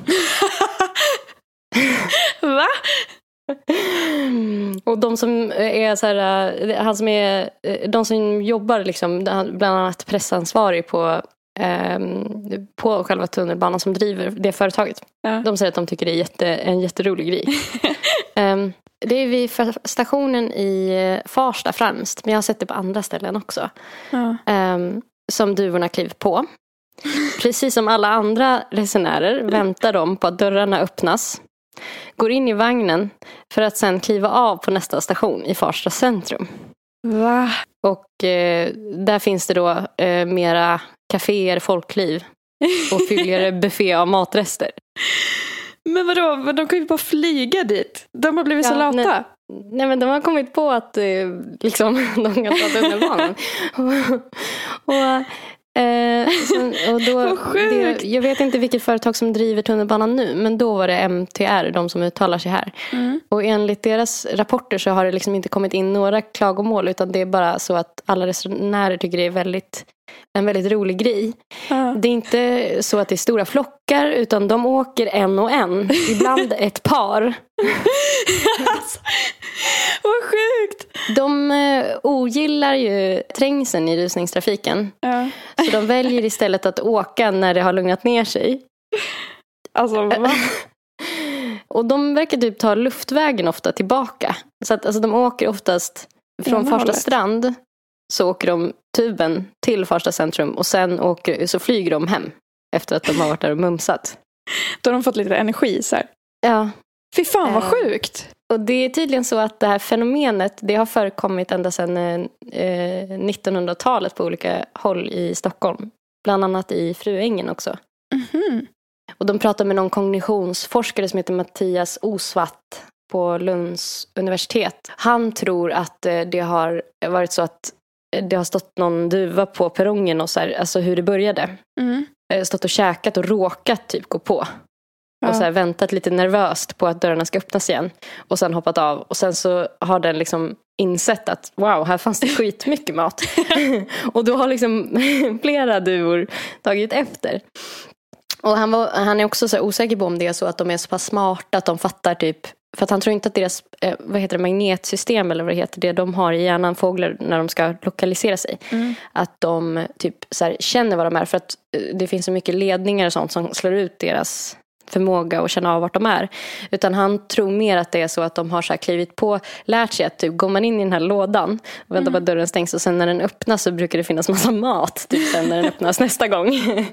Speaker 1: Va?
Speaker 2: Och de som är så här, han som är, de som jobbar liksom, bland annat pressansvarig på eh, på själva tunnelbanan som driver det företaget. Ja. De säger att de tycker det är jätte, en jätterolig grej. um, det är vid stationen i Farsta främst, men jag har sett det på andra ställen också. Ja. Um, som duvorna kliver på. Precis som alla andra resenärer väntar de på att dörrarna öppnas. Går in i vagnen för att sen kliva av på nästa station i Farsta centrum.
Speaker 1: Va?
Speaker 2: Och eh, där finns det då eh, mera kaféer, folkliv och fylligare buffé av matrester.
Speaker 1: Men vadå? De kan ju bara flyga dit. De har blivit ja, så lata.
Speaker 2: Nej, nej men de har kommit på att eh, liksom, de kan ta tunnelbanan. och, och Eh, så, och då, det, jag vet inte vilket företag som driver tunnelbanan nu, men då var det M T R, de som uttalar sig här. Mm. Och enligt deras rapporter så har det liksom inte kommit in några klagomål, utan det är bara så att alla resenärer tycker det är väldigt, en väldigt rolig grej. Mm. Det är inte så att det är stora flockar, utan de åker en och en, ibland ett par.
Speaker 1: Alltså, vad sjukt.
Speaker 2: De eh, ogillar ju trängseln i rusningstrafiken. Ja. Så de väljer istället att åka när det har lugnat ner sig.
Speaker 1: Alltså, va?
Speaker 2: Och de verkar typ ta luftvägen ofta tillbaka. Så att alltså, de åker oftast från Farsta strand. Så åker de tuben till Farsta centrum. Och sen åker, så flyger de hem efter att de har varit där och mumsat.
Speaker 1: Då har de fått lite energi så här.
Speaker 2: Ja.
Speaker 1: Fy fan vad
Speaker 2: Eh.
Speaker 1: sjukt.
Speaker 2: Och det är tydligen så att det här fenomenet, det har förekommit ända sedan eh, nittonhundratalet på olika håll i Stockholm. Bland annat i Fruängen också.
Speaker 1: Mhm.
Speaker 2: Och de pratar med någon kognitionsforskare som heter Mattias Osvart på Lunds universitet. Han tror att eh, det har varit så att det har stått någon duva på perrongen och så här, alltså hur det började.
Speaker 1: Mm.
Speaker 2: Eh, Stått och käkat och råkat typ gå på.
Speaker 1: Ja.
Speaker 2: Och så här väntat lite nervöst på att dörrarna ska öppnas igen. Och sen hoppat av. Och sen så har den liksom insett att wow, här fanns det skitmycket mat. Och då har liksom flera duvor tagit efter. Och han, var, han är också så här osäker på om det är så att de är så pass smarta att de fattar typ. För att han tror inte att deras eh, vad heter det, magnetsystem eller vad det heter, det de har i hjärnan, fåglar, när de ska lokalisera sig.
Speaker 1: Mm.
Speaker 2: Att de typ så här, känner vad de är. För att eh, det finns så mycket ledningar och sånt som slår ut deras förmåga att känna av vart de är. Utan han tror mer att det är så att de har så här klivit på, lärt sig att typ går man in i den här lådan och väntar på att dörren stängs och sen när den öppnas så brukar det finnas massa mat typ sen när den öppnas nästa gång.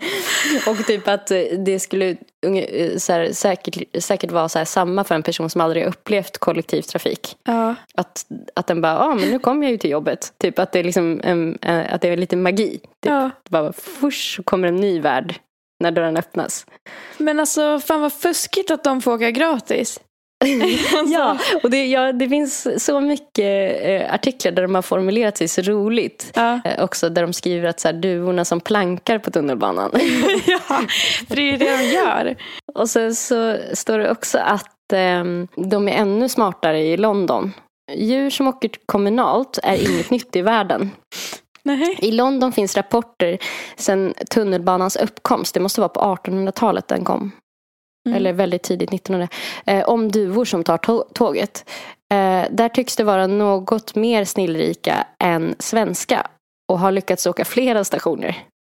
Speaker 2: Och typ att det skulle så här, säkert, säkert vara så här samma för en person som aldrig har upplevt kollektivtrafik.
Speaker 1: Ja.
Speaker 2: Att, att den bara, ja ah, men nu kommer jag ju till jobbet. Typ att det är liksom en, att det är lite magi. Typ.
Speaker 1: Ja.
Speaker 2: Bara först så kommer en ny värld när dörren öppnas.
Speaker 1: Men alltså, fan vad fuskigt att de får åka gratis. Alltså.
Speaker 2: Ja, och det, ja, det finns så mycket eh, artiklar där de har formulerat sig så roligt.
Speaker 1: Ja.
Speaker 2: Eh, också där de skriver att så här, duvorna som plankar på tunnelbanan.
Speaker 1: Ja, för det är det de gör.
Speaker 2: Och sen så står det också att eh, de är ännu smartare i London. Djur som åker kommunalt är inget nytt i världen.
Speaker 1: Nej.
Speaker 2: I London finns rapporter sedan tunnelbanans uppkomst. Det måste vara på artonhundratalet den kom. Mm. Eller väldigt tidigt nittonhundra. Eh, om duvor som tar to- tåget. Eh, där tycks det vara något mer snillrika än svenska. Och har lyckats åka flera stationer.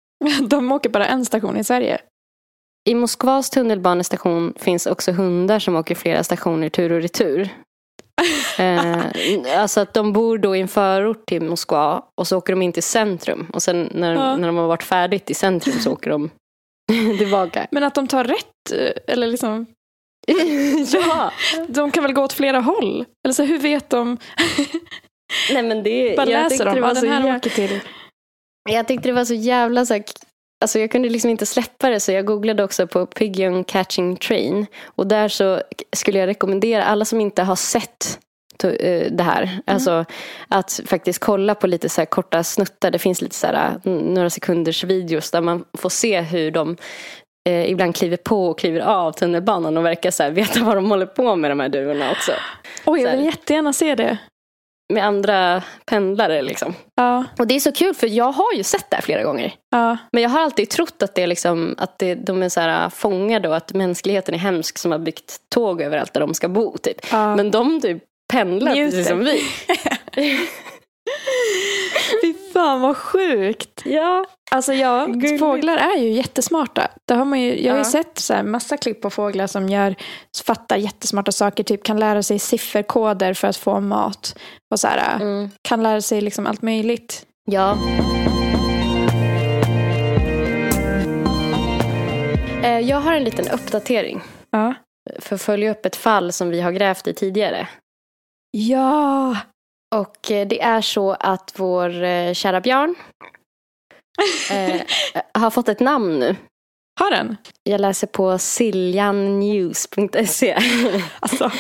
Speaker 1: De åker bara en station i Sverige.
Speaker 2: I Moskvas tunnelbanestation finns också hundar som åker flera stationer tur och retur. eh, alltså att de bor då i en förort till Moskva och så åker de in till centrum och sen när,
Speaker 1: ja.
Speaker 2: när de har varit färdigt i centrum så åker de tillbaka.
Speaker 1: Men att de tar rätt eller liksom
Speaker 2: Ja,
Speaker 1: de kan väl gå åt flera håll. Eller så hur vet de?
Speaker 2: nej men det
Speaker 1: bara
Speaker 2: jag
Speaker 1: läser de
Speaker 2: det var
Speaker 1: vad
Speaker 2: så
Speaker 1: den här
Speaker 2: jä...
Speaker 1: åker till.
Speaker 2: Jag tyckte det var så jävla så här, alltså jag kunde liksom inte släppa det så jag googlade också på Pigeon Catching Train och där så skulle jag rekommendera alla som inte har sett det här. Mm. Alltså att faktiskt kolla på lite så här korta snuttar. Det finns lite så här några sekunders videos där man får se hur de eh, ibland kliver på och kliver av tunnelbanan och verkar så här veta vad de håller på med de här duvorna också.
Speaker 1: Oj, jag vill jättegärna se det.
Speaker 2: Med andra pendlare liksom.
Speaker 1: Ja.
Speaker 2: Och det är så kul för jag har ju sett det här flera gånger.
Speaker 1: Ja.
Speaker 2: Men jag har alltid trott att det är liksom att det, de är så här fångade och att mänskligheten är hemsk som har byggt tåg överallt där de ska bo typ. Ja. Men de typ pendlar
Speaker 1: Njuter.
Speaker 2: precis som vi.
Speaker 1: Fy fan vad sjukt.
Speaker 2: Ja.
Speaker 1: Alltså ja,
Speaker 2: Gulligt.
Speaker 1: Fåglar är ju jättesmarta. Det har man ju, jag har ju
Speaker 2: Ja.
Speaker 1: sett så här massa klipp på fåglar som gör, fattar jättesmarta saker. Typ kan lära sig sifferkoder för att få mat. Och så här,
Speaker 2: Mm.
Speaker 1: kan lära sig liksom allt möjligt.
Speaker 2: Ja. Eh, Jag har en liten uppdatering.
Speaker 1: Ja.
Speaker 2: För att följa upp ett fall som vi har grävt i tidigare.
Speaker 1: Ja.
Speaker 2: Och eh, det är så att vår eh, kära Björn eh, har fått ett namn nu.
Speaker 1: Har den?
Speaker 2: Jag läser på siljannews punkt se.
Speaker 1: Alltså.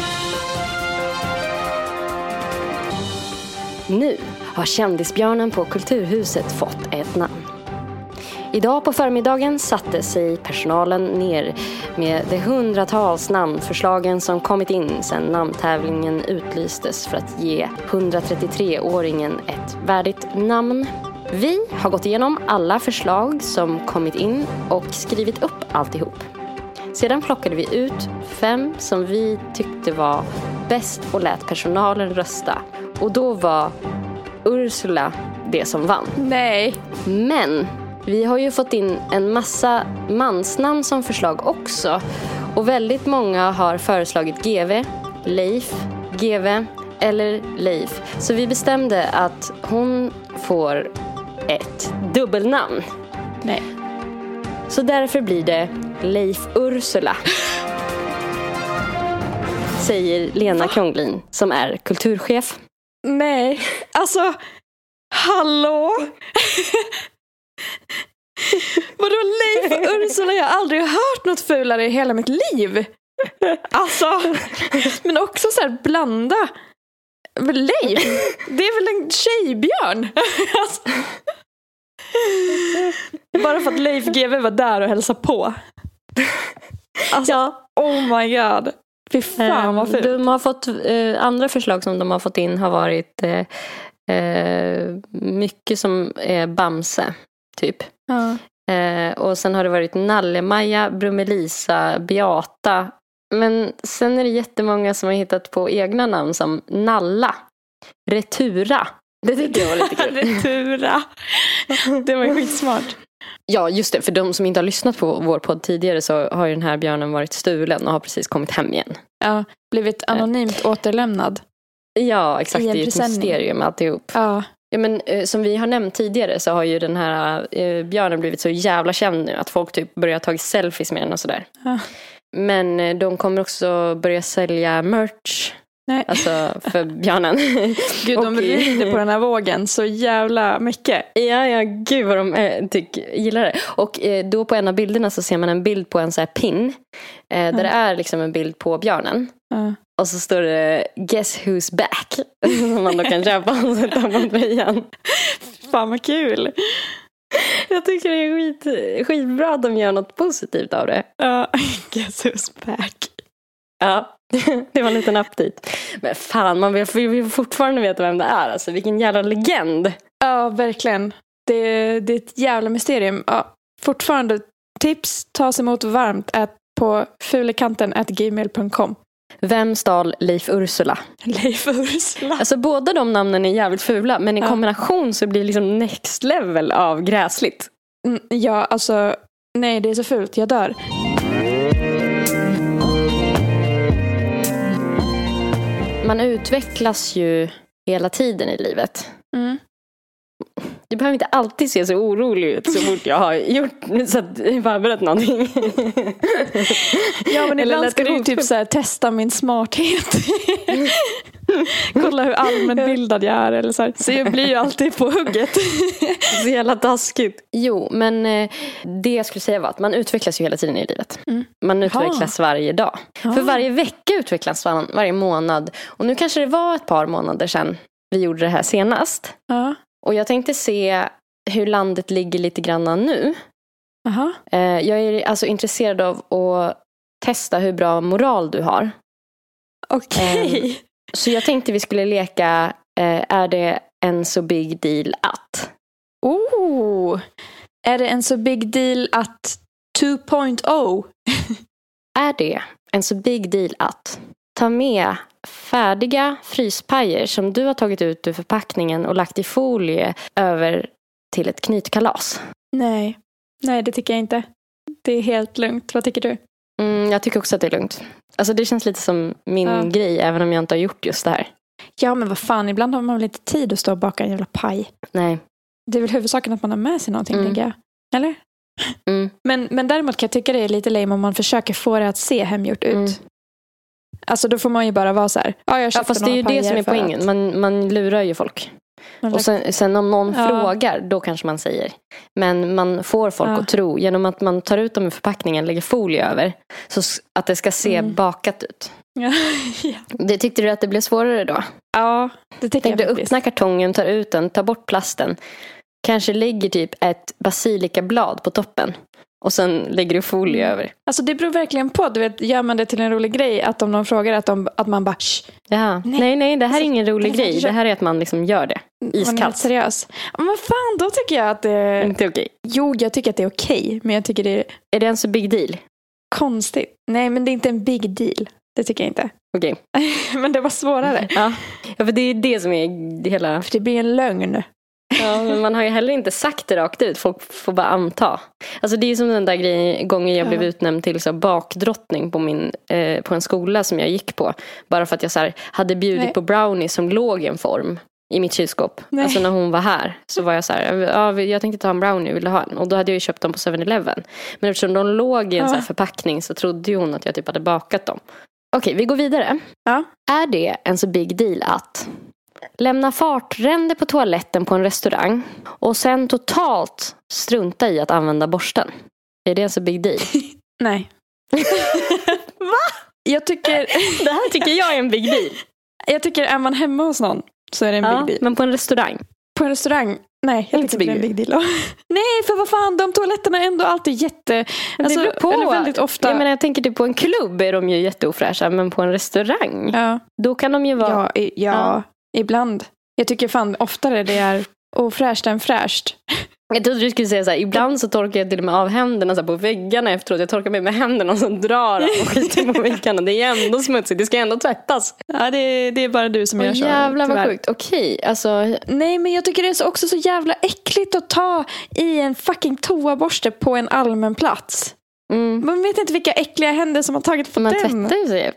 Speaker 2: Nu har kändisbjörnen på Kulturhuset fått ett namn. Idag på förmiddagen satte sig personalen ner med de hundratals namnförslagen som kommit in sedan namntävlingen utlystes för att ge hundratrettiotre-åringen ett värdigt namn. Vi har gått igenom alla förslag som kommit in och skrivit upp alltihop. Sedan plockade vi ut fem som vi tyckte var bäst och lät personalen rösta. Och då var Ursula det som vann.
Speaker 1: Nej.
Speaker 2: Men vi har ju fått in en massa mansnamn som förslag också. Och väldigt många har föreslagit G V, Leif, G V eller Leif. Så vi bestämde att hon får ett dubbelnamn.
Speaker 1: Nej.
Speaker 2: Så därför blir det Leif Ursula. Säger Lena Va? Krånglin som är kulturchef.
Speaker 1: Nej, alltså hallå? Vadå Leif Ursula? Jag har aldrig hört något fulare i hela mitt liv. Alltså, men också så här blanda. Leif, det är väl en tjejbjörn? Alltså. Bara för att Leif G W var där och hälsade på. Alltså, ja. Oh my god. Fy fan vad fint.
Speaker 2: De har fått, eh, andra förslag som de har fått in har varit eh, eh, mycket som är Bamse, typ.
Speaker 1: Ja.
Speaker 2: Eh, och sen har det varit Nalle, Maja, Brummelisa, Beata. Men sen är det jättemånga som har hittat på egna namn som Nalla, Retura. Det tycker jag var lite kul.
Speaker 1: Retura. Det var ju skitsmart.
Speaker 2: Ja, just det. För de som inte har lyssnat på vår podd tidigare så har ju den här björnen varit stulen och har precis kommit hem igen.
Speaker 1: Ja, blivit anonymt äh. återlämnad.
Speaker 2: Ja, exakt. Det är ju ett mysterium alltihop.
Speaker 1: Ja.
Speaker 2: Ja, men eh, som vi har nämnt tidigare så har ju den här eh, björnen blivit så jävla känd nu att folk typ börjar ta selfies med den och sådär.
Speaker 1: Ja.
Speaker 2: Men eh, de kommer också börja sälja merch.
Speaker 1: Nej.
Speaker 2: Alltså för björnen.
Speaker 1: Gud, de rider på den här vågen så jävla mycket.
Speaker 2: Ja, ja, gud vad de eh, tycker, gillar det. Och eh, då på en av bilderna så ser man en bild på en så här pin. Eh, där mm. det är liksom en bild på björnen.
Speaker 1: Mm.
Speaker 2: Och så står det Guess who's back. Som man då kan köpa och sätta på tröjan.
Speaker 1: Fan vad kul.
Speaker 2: Jag tycker det är skit, skitbra att de gör något positivt av det.
Speaker 1: Ja, uh, Guess who's back.
Speaker 2: Ja, det var en liten aptit. Men fan, man vill, vill fortfarande veta vem det är. Alltså, vilken jävla legend.
Speaker 1: Ja, verkligen. Det, det är ett jävla mysterium. Ja, fortfarande, tips tas emot varmt at, på fulekanten at gmail punkt com.
Speaker 2: Vem stal Leif Ursula?
Speaker 1: Leif Ursula.
Speaker 2: Alltså båda de namnen är jävligt fula. Men i ja. kombination så blir det liksom next level av gräsligt.
Speaker 1: Mm, ja, alltså, nej, det är så fult. Jag dör.
Speaker 2: Man utvecklas ju hela tiden i livet.
Speaker 1: Mm.
Speaker 2: Du behöver inte alltid se så orolig ut så fort jag har gjort så att jag förberett någonting.
Speaker 1: Ja, men ibland ska du typ så här, testa min smarthet. Kolla hur allmänbildad jag är eller så här. Så jag blir ju alltid på hugget.
Speaker 2: Så jävla taskigt. Jo, men eh, det jag skulle säga var att man utvecklas ju hela tiden i livet.
Speaker 1: Mm.
Speaker 2: Man utvecklas ha. varje dag. Ha. För varje vecka utvecklas man, varje månad. Och nu kanske det var ett par månader sedan vi gjorde det här senast.
Speaker 1: Ja.
Speaker 2: Och jag tänkte se hur landet ligger lite grann nu.
Speaker 1: Aha.
Speaker 2: Eh, jag är alltså intresserad av att testa hur bra moral du har.
Speaker 1: Okej. Okay.
Speaker 2: Eh, så jag tänkte vi skulle leka eh, är det en så big deal att?
Speaker 1: Oh, är det en så big deal att två punkt noll?
Speaker 2: Är det en så big deal att ta med färdiga fryspajer som du har tagit ut ur förpackningen och lagt i folie över till ett knytkalas?
Speaker 1: Nej, nej det tycker jag inte. Det är helt lugnt. Vad tycker du?
Speaker 2: Mm, jag tycker också att det är lugnt. Alltså det känns lite som min ja. grej även om jag inte har gjort just det här.
Speaker 1: Ja, men vad fan, ibland har man väl inte tid att stå och baka en jävla paj.
Speaker 2: Nej.
Speaker 1: Det är väl huvudsaken att man har med sig någonting, mm. tänker jag. Eller?
Speaker 2: Mm.
Speaker 1: Men, men däremot kan jag tycka det är lite lame om man försöker få det att se hemgjort ut. Mm. Alltså då får man ju bara vara så här. Ja, jag
Speaker 2: ja fast det är ju det som är poängen. Att... Man, man lurar ju folk. Man och sen, sen om någon ja. frågar, då kanske man säger. Men man får folk ja. att tro genom att man tar ut dem ur förpackningen, lägger folie över. Så att det ska se mm. bakat ut.
Speaker 1: Ja. Ja.
Speaker 2: Det tyckte du att det blev svårare då?
Speaker 1: Ja, det tycker
Speaker 2: Tänk
Speaker 1: jag
Speaker 2: du öppnar kartongen, tar ut den, tar bort plasten. Kanske lägger typ ett basilikablad på toppen. Och sen lägger du folie mm. över.
Speaker 1: Alltså det beror verkligen på. Du vet, gör man det till en rolig grej att om någon frågar att, de, att man bara
Speaker 2: ja. nej. nej, nej, det här alltså, är ingen rolig det grej. Det här är att man liksom gör det. Iskallt.
Speaker 1: Man är helt seriös. Men fan, då tycker jag att det är...
Speaker 2: Inte okej.
Speaker 1: Jo, jag tycker att det är okej. Men jag tycker det är...
Speaker 2: Är det en så big deal?
Speaker 1: Konstigt. Nej, men det är inte en big deal. Det tycker jag inte.
Speaker 2: Okej.
Speaker 1: Men det var svårare.
Speaker 2: Ja. Ja, för det är det som är det hela...
Speaker 1: För det blir en lögn.
Speaker 2: Ja, men man har ju heller inte sagt det rakt ut. Folk får bara anta. Alltså det är ju som den där grejen, gången jag ja. blev utnämnd till så bakdrottning på, min, eh, på en skola som jag gick på. Bara för att jag så här, hade bjudit Nej. på brownies som låg i en form. i mitt kylskåp.
Speaker 1: Nej.
Speaker 2: Alltså när hon var här så var jag så här, ja, jag tänkte ta en brownie, vill du ha en? Och då hade jag ju köpt dem på seven eleven. Men eftersom de låg i en
Speaker 1: Ja.
Speaker 2: så här förpackning så trodde ju hon att jag typ hade bakat dem. Okej, vi går vidare.
Speaker 1: Ja.
Speaker 2: Är det en så big deal att lämna fartränder på toaletten på en restaurang och sen totalt strunta i att använda borsten? Är det en så big deal?
Speaker 1: Nej. Va? Jag tycker,
Speaker 2: Det här tycker jag är en big deal.
Speaker 1: jag tycker är man hemma hos någon så är det en
Speaker 2: Ja,
Speaker 1: big deal.
Speaker 2: men på en restaurang.
Speaker 1: På en restaurang? Nej, jag
Speaker 2: Inte
Speaker 1: tycker inte det är en big deal. Nej, för vad fan, de toaletterna är ändå alltid jätte... Alltså,
Speaker 2: det beror på.
Speaker 1: Eller väldigt ofta.
Speaker 2: Jag menar, jag tänker typ på en klubb är de ju jätteofräscha, men på en restaurang,
Speaker 1: Ja,
Speaker 2: då kan de ju vara...
Speaker 1: ja, i, ja,
Speaker 2: Ja.
Speaker 1: ibland. Jag tycker fan oftare det är ofräscht än fräscht.
Speaker 2: Jag trodde du skulle säga så här, ibland så torkar jag till och med av händerna så här, på väggarna efteråt. Jag torkar mig med händerna och så drar jag och skiter på väggarna. Det är ändå smutsigt, det ska ändå tvättas.
Speaker 1: Ja, det, det är bara du som gör
Speaker 2: Åh,
Speaker 1: så.
Speaker 2: jävlar vad
Speaker 1: tyvärr.
Speaker 2: sjukt. Okej, alltså...
Speaker 1: Nej, men jag tycker det är så, också så jävla äckligt att ta i en fucking toaborste på en allmän plats.
Speaker 2: Mm.
Speaker 1: Man vet inte vilka äckliga händer som har tagit på
Speaker 2: Man
Speaker 1: den.
Speaker 2: tvättar ju sig.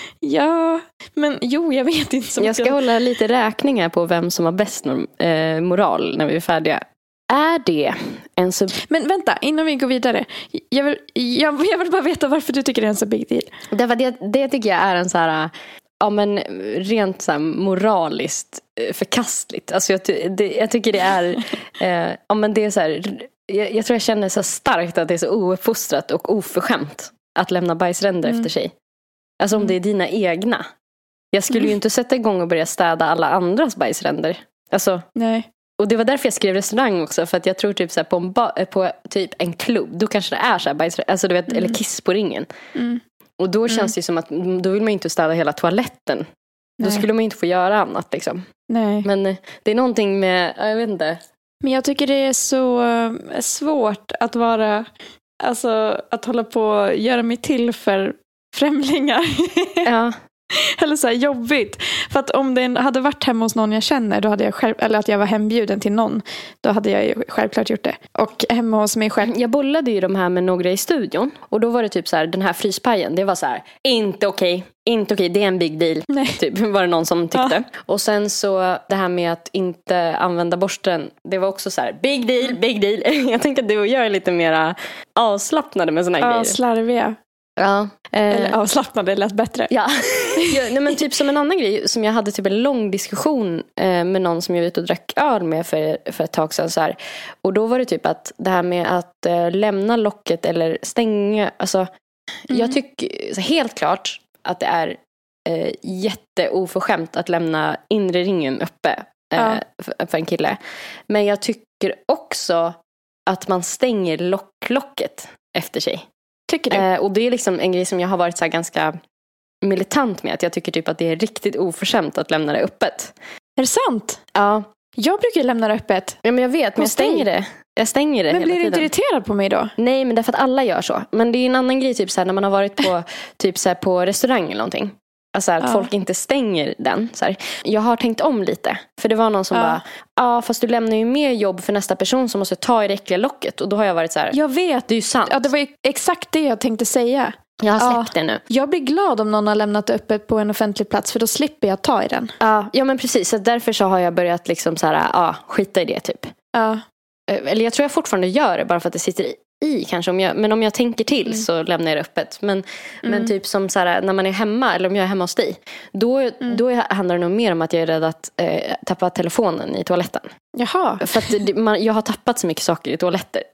Speaker 1: Ja, men jo, jag vet inte. Så
Speaker 2: Jag ska
Speaker 1: mycket.
Speaker 2: hålla lite räkning här på vem som har bäst norm- eh, moral när vi är färdiga. Är det en så...
Speaker 1: Men vänta, innan vi går vidare. Jag vill, jag, jag vill bara veta varför du tycker det är en så big deal.
Speaker 2: Därför det, det tycker jag är en så här... Ja, men rent så här moraliskt eh, förkastligt. Alltså jag, ty- det, jag tycker det är... Eh, ja, men det är så här... Jag, jag tror jag känner så starkt att det är så ouppfostrat och oförskämt att lämna bajsränder
Speaker 1: Mm.
Speaker 2: efter sig. Alltså om
Speaker 1: Mm.
Speaker 2: det är dina egna. Jag skulle ju inte sätta igång och börja städa alla andras bajsränder. Alltså...
Speaker 1: Nej.
Speaker 2: Och det var därför jag skrev restaurang också. För att jag tror typ så här på, en ba- på typ en klubb. Då kanske det är så här bajs, alltså du vet,
Speaker 1: Mm.
Speaker 2: eller kiss på ringen.
Speaker 1: Mm.
Speaker 2: Och då känns
Speaker 1: Mm.
Speaker 2: det ju som att mm, då vill man inte städa hela toaletten. Då
Speaker 1: Nej.
Speaker 2: skulle man inte få göra annat liksom.
Speaker 1: Nej.
Speaker 2: Men eh, det är någonting med, ja, jag vet inte.
Speaker 1: Men jag tycker det är så eh, svårt att vara, alltså att hålla på och göra mig till för främlingar.
Speaker 2: Ja.
Speaker 1: Eller så här jobbigt. För att om det hade varit hemma hos någon jag känner, då hade jag själv, eller att jag var hembjuden till någon, då hade jag ju självklart gjort det. Och hemma hos mig själv.
Speaker 2: Jag bollade ju de här med några i studion. Och då var det typ så här, den här fryspajen, det var så här, inte okej, inte okej, det är en big deal.
Speaker 1: Nej.
Speaker 2: Typ var det någon som tyckte.
Speaker 1: Ja.
Speaker 2: Och sen så det här med att inte använda borsten, det var också så här, big deal, big deal. Jag tänker att du och jag är lite mer avslappnade med såna här
Speaker 1: Ja,
Speaker 2: grejer.
Speaker 1: slarviga.
Speaker 2: Ja.
Speaker 1: Eller
Speaker 2: Eh,
Speaker 1: avslappnade lät bättre.
Speaker 2: ja. ja nej, men typ som en annan grej som jag hade typ en lång diskussion eh, med någon som jag var ute och drack öl med för, för ett tag sedan så här. Och då var det typ att det här med att eh, lämna locket eller stänga, alltså
Speaker 1: Mm.
Speaker 2: jag tycker så helt klart att det är eh, jätteoförskämt att lämna inre ringen uppe eh,
Speaker 1: Ja.
Speaker 2: för, för en kille. Men jag tycker också att man stänger locklocket efter sig.
Speaker 1: Tycker du?
Speaker 2: Eh, och det är liksom en grej som jag har varit så här ganska militant med. Att jag tycker typ att det är riktigt oförskämt att lämna det öppet.
Speaker 1: Är det sant?
Speaker 2: Ja,
Speaker 1: Jag brukar lämna det öppet.
Speaker 2: ja men jag vet, men jag
Speaker 1: Hos dig?
Speaker 2: stänger det. Jag stänger det
Speaker 1: Men
Speaker 2: hela
Speaker 1: blir du
Speaker 2: tiden.
Speaker 1: inte irriterad på mig då?
Speaker 2: Nej, men därför att alla gör så. Men det är en annan grej typ så här, när man har varit på, typ så här, på restaurang eller någonting. Alltså att
Speaker 1: Ja.
Speaker 2: folk inte stänger den. Så här. Jag har tänkt om lite. För det var någon som
Speaker 1: Ja.
Speaker 2: bara, ja fast du lämnar ju mer jobb för nästa person som måste ta i det äckliga locket. Och då har jag varit så här,
Speaker 1: Jag vet.
Speaker 2: det är ju sant.
Speaker 1: Ja, det var ju exakt det jag tänkte säga.
Speaker 2: Jag har
Speaker 1: Ja.
Speaker 2: släppt det nu.
Speaker 1: Jag blir glad om någon har lämnat öppet på en offentlig plats, för då slipper jag ta i den.
Speaker 2: Ja, ja men precis. Så därför så har jag börjat liksom så här, ja, skita i det typ.
Speaker 1: Ja.
Speaker 2: Eller jag tror jag fortfarande gör det bara för att det sitter i, i kanske. Om jag, men om jag tänker till
Speaker 1: Mm.
Speaker 2: så lämnar jag det öppet. Men, men
Speaker 1: Mm.
Speaker 2: typ som så här, när man är hemma eller om jag är hemma hos dig. Då,
Speaker 1: Mm.
Speaker 2: då är- handlar det nog mer om att jag är rädd att eh, tappa telefonen i toaletten.
Speaker 1: Jaha.
Speaker 2: För att det, man, jag har tappat så mycket saker i toaletter.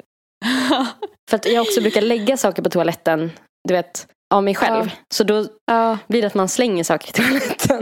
Speaker 2: För att jag också brukar lägga saker på toaletten, du vet, av mig själv.
Speaker 1: Ja.
Speaker 2: Så då
Speaker 1: Ja.
Speaker 2: blir det att man slänger saker i toaletten.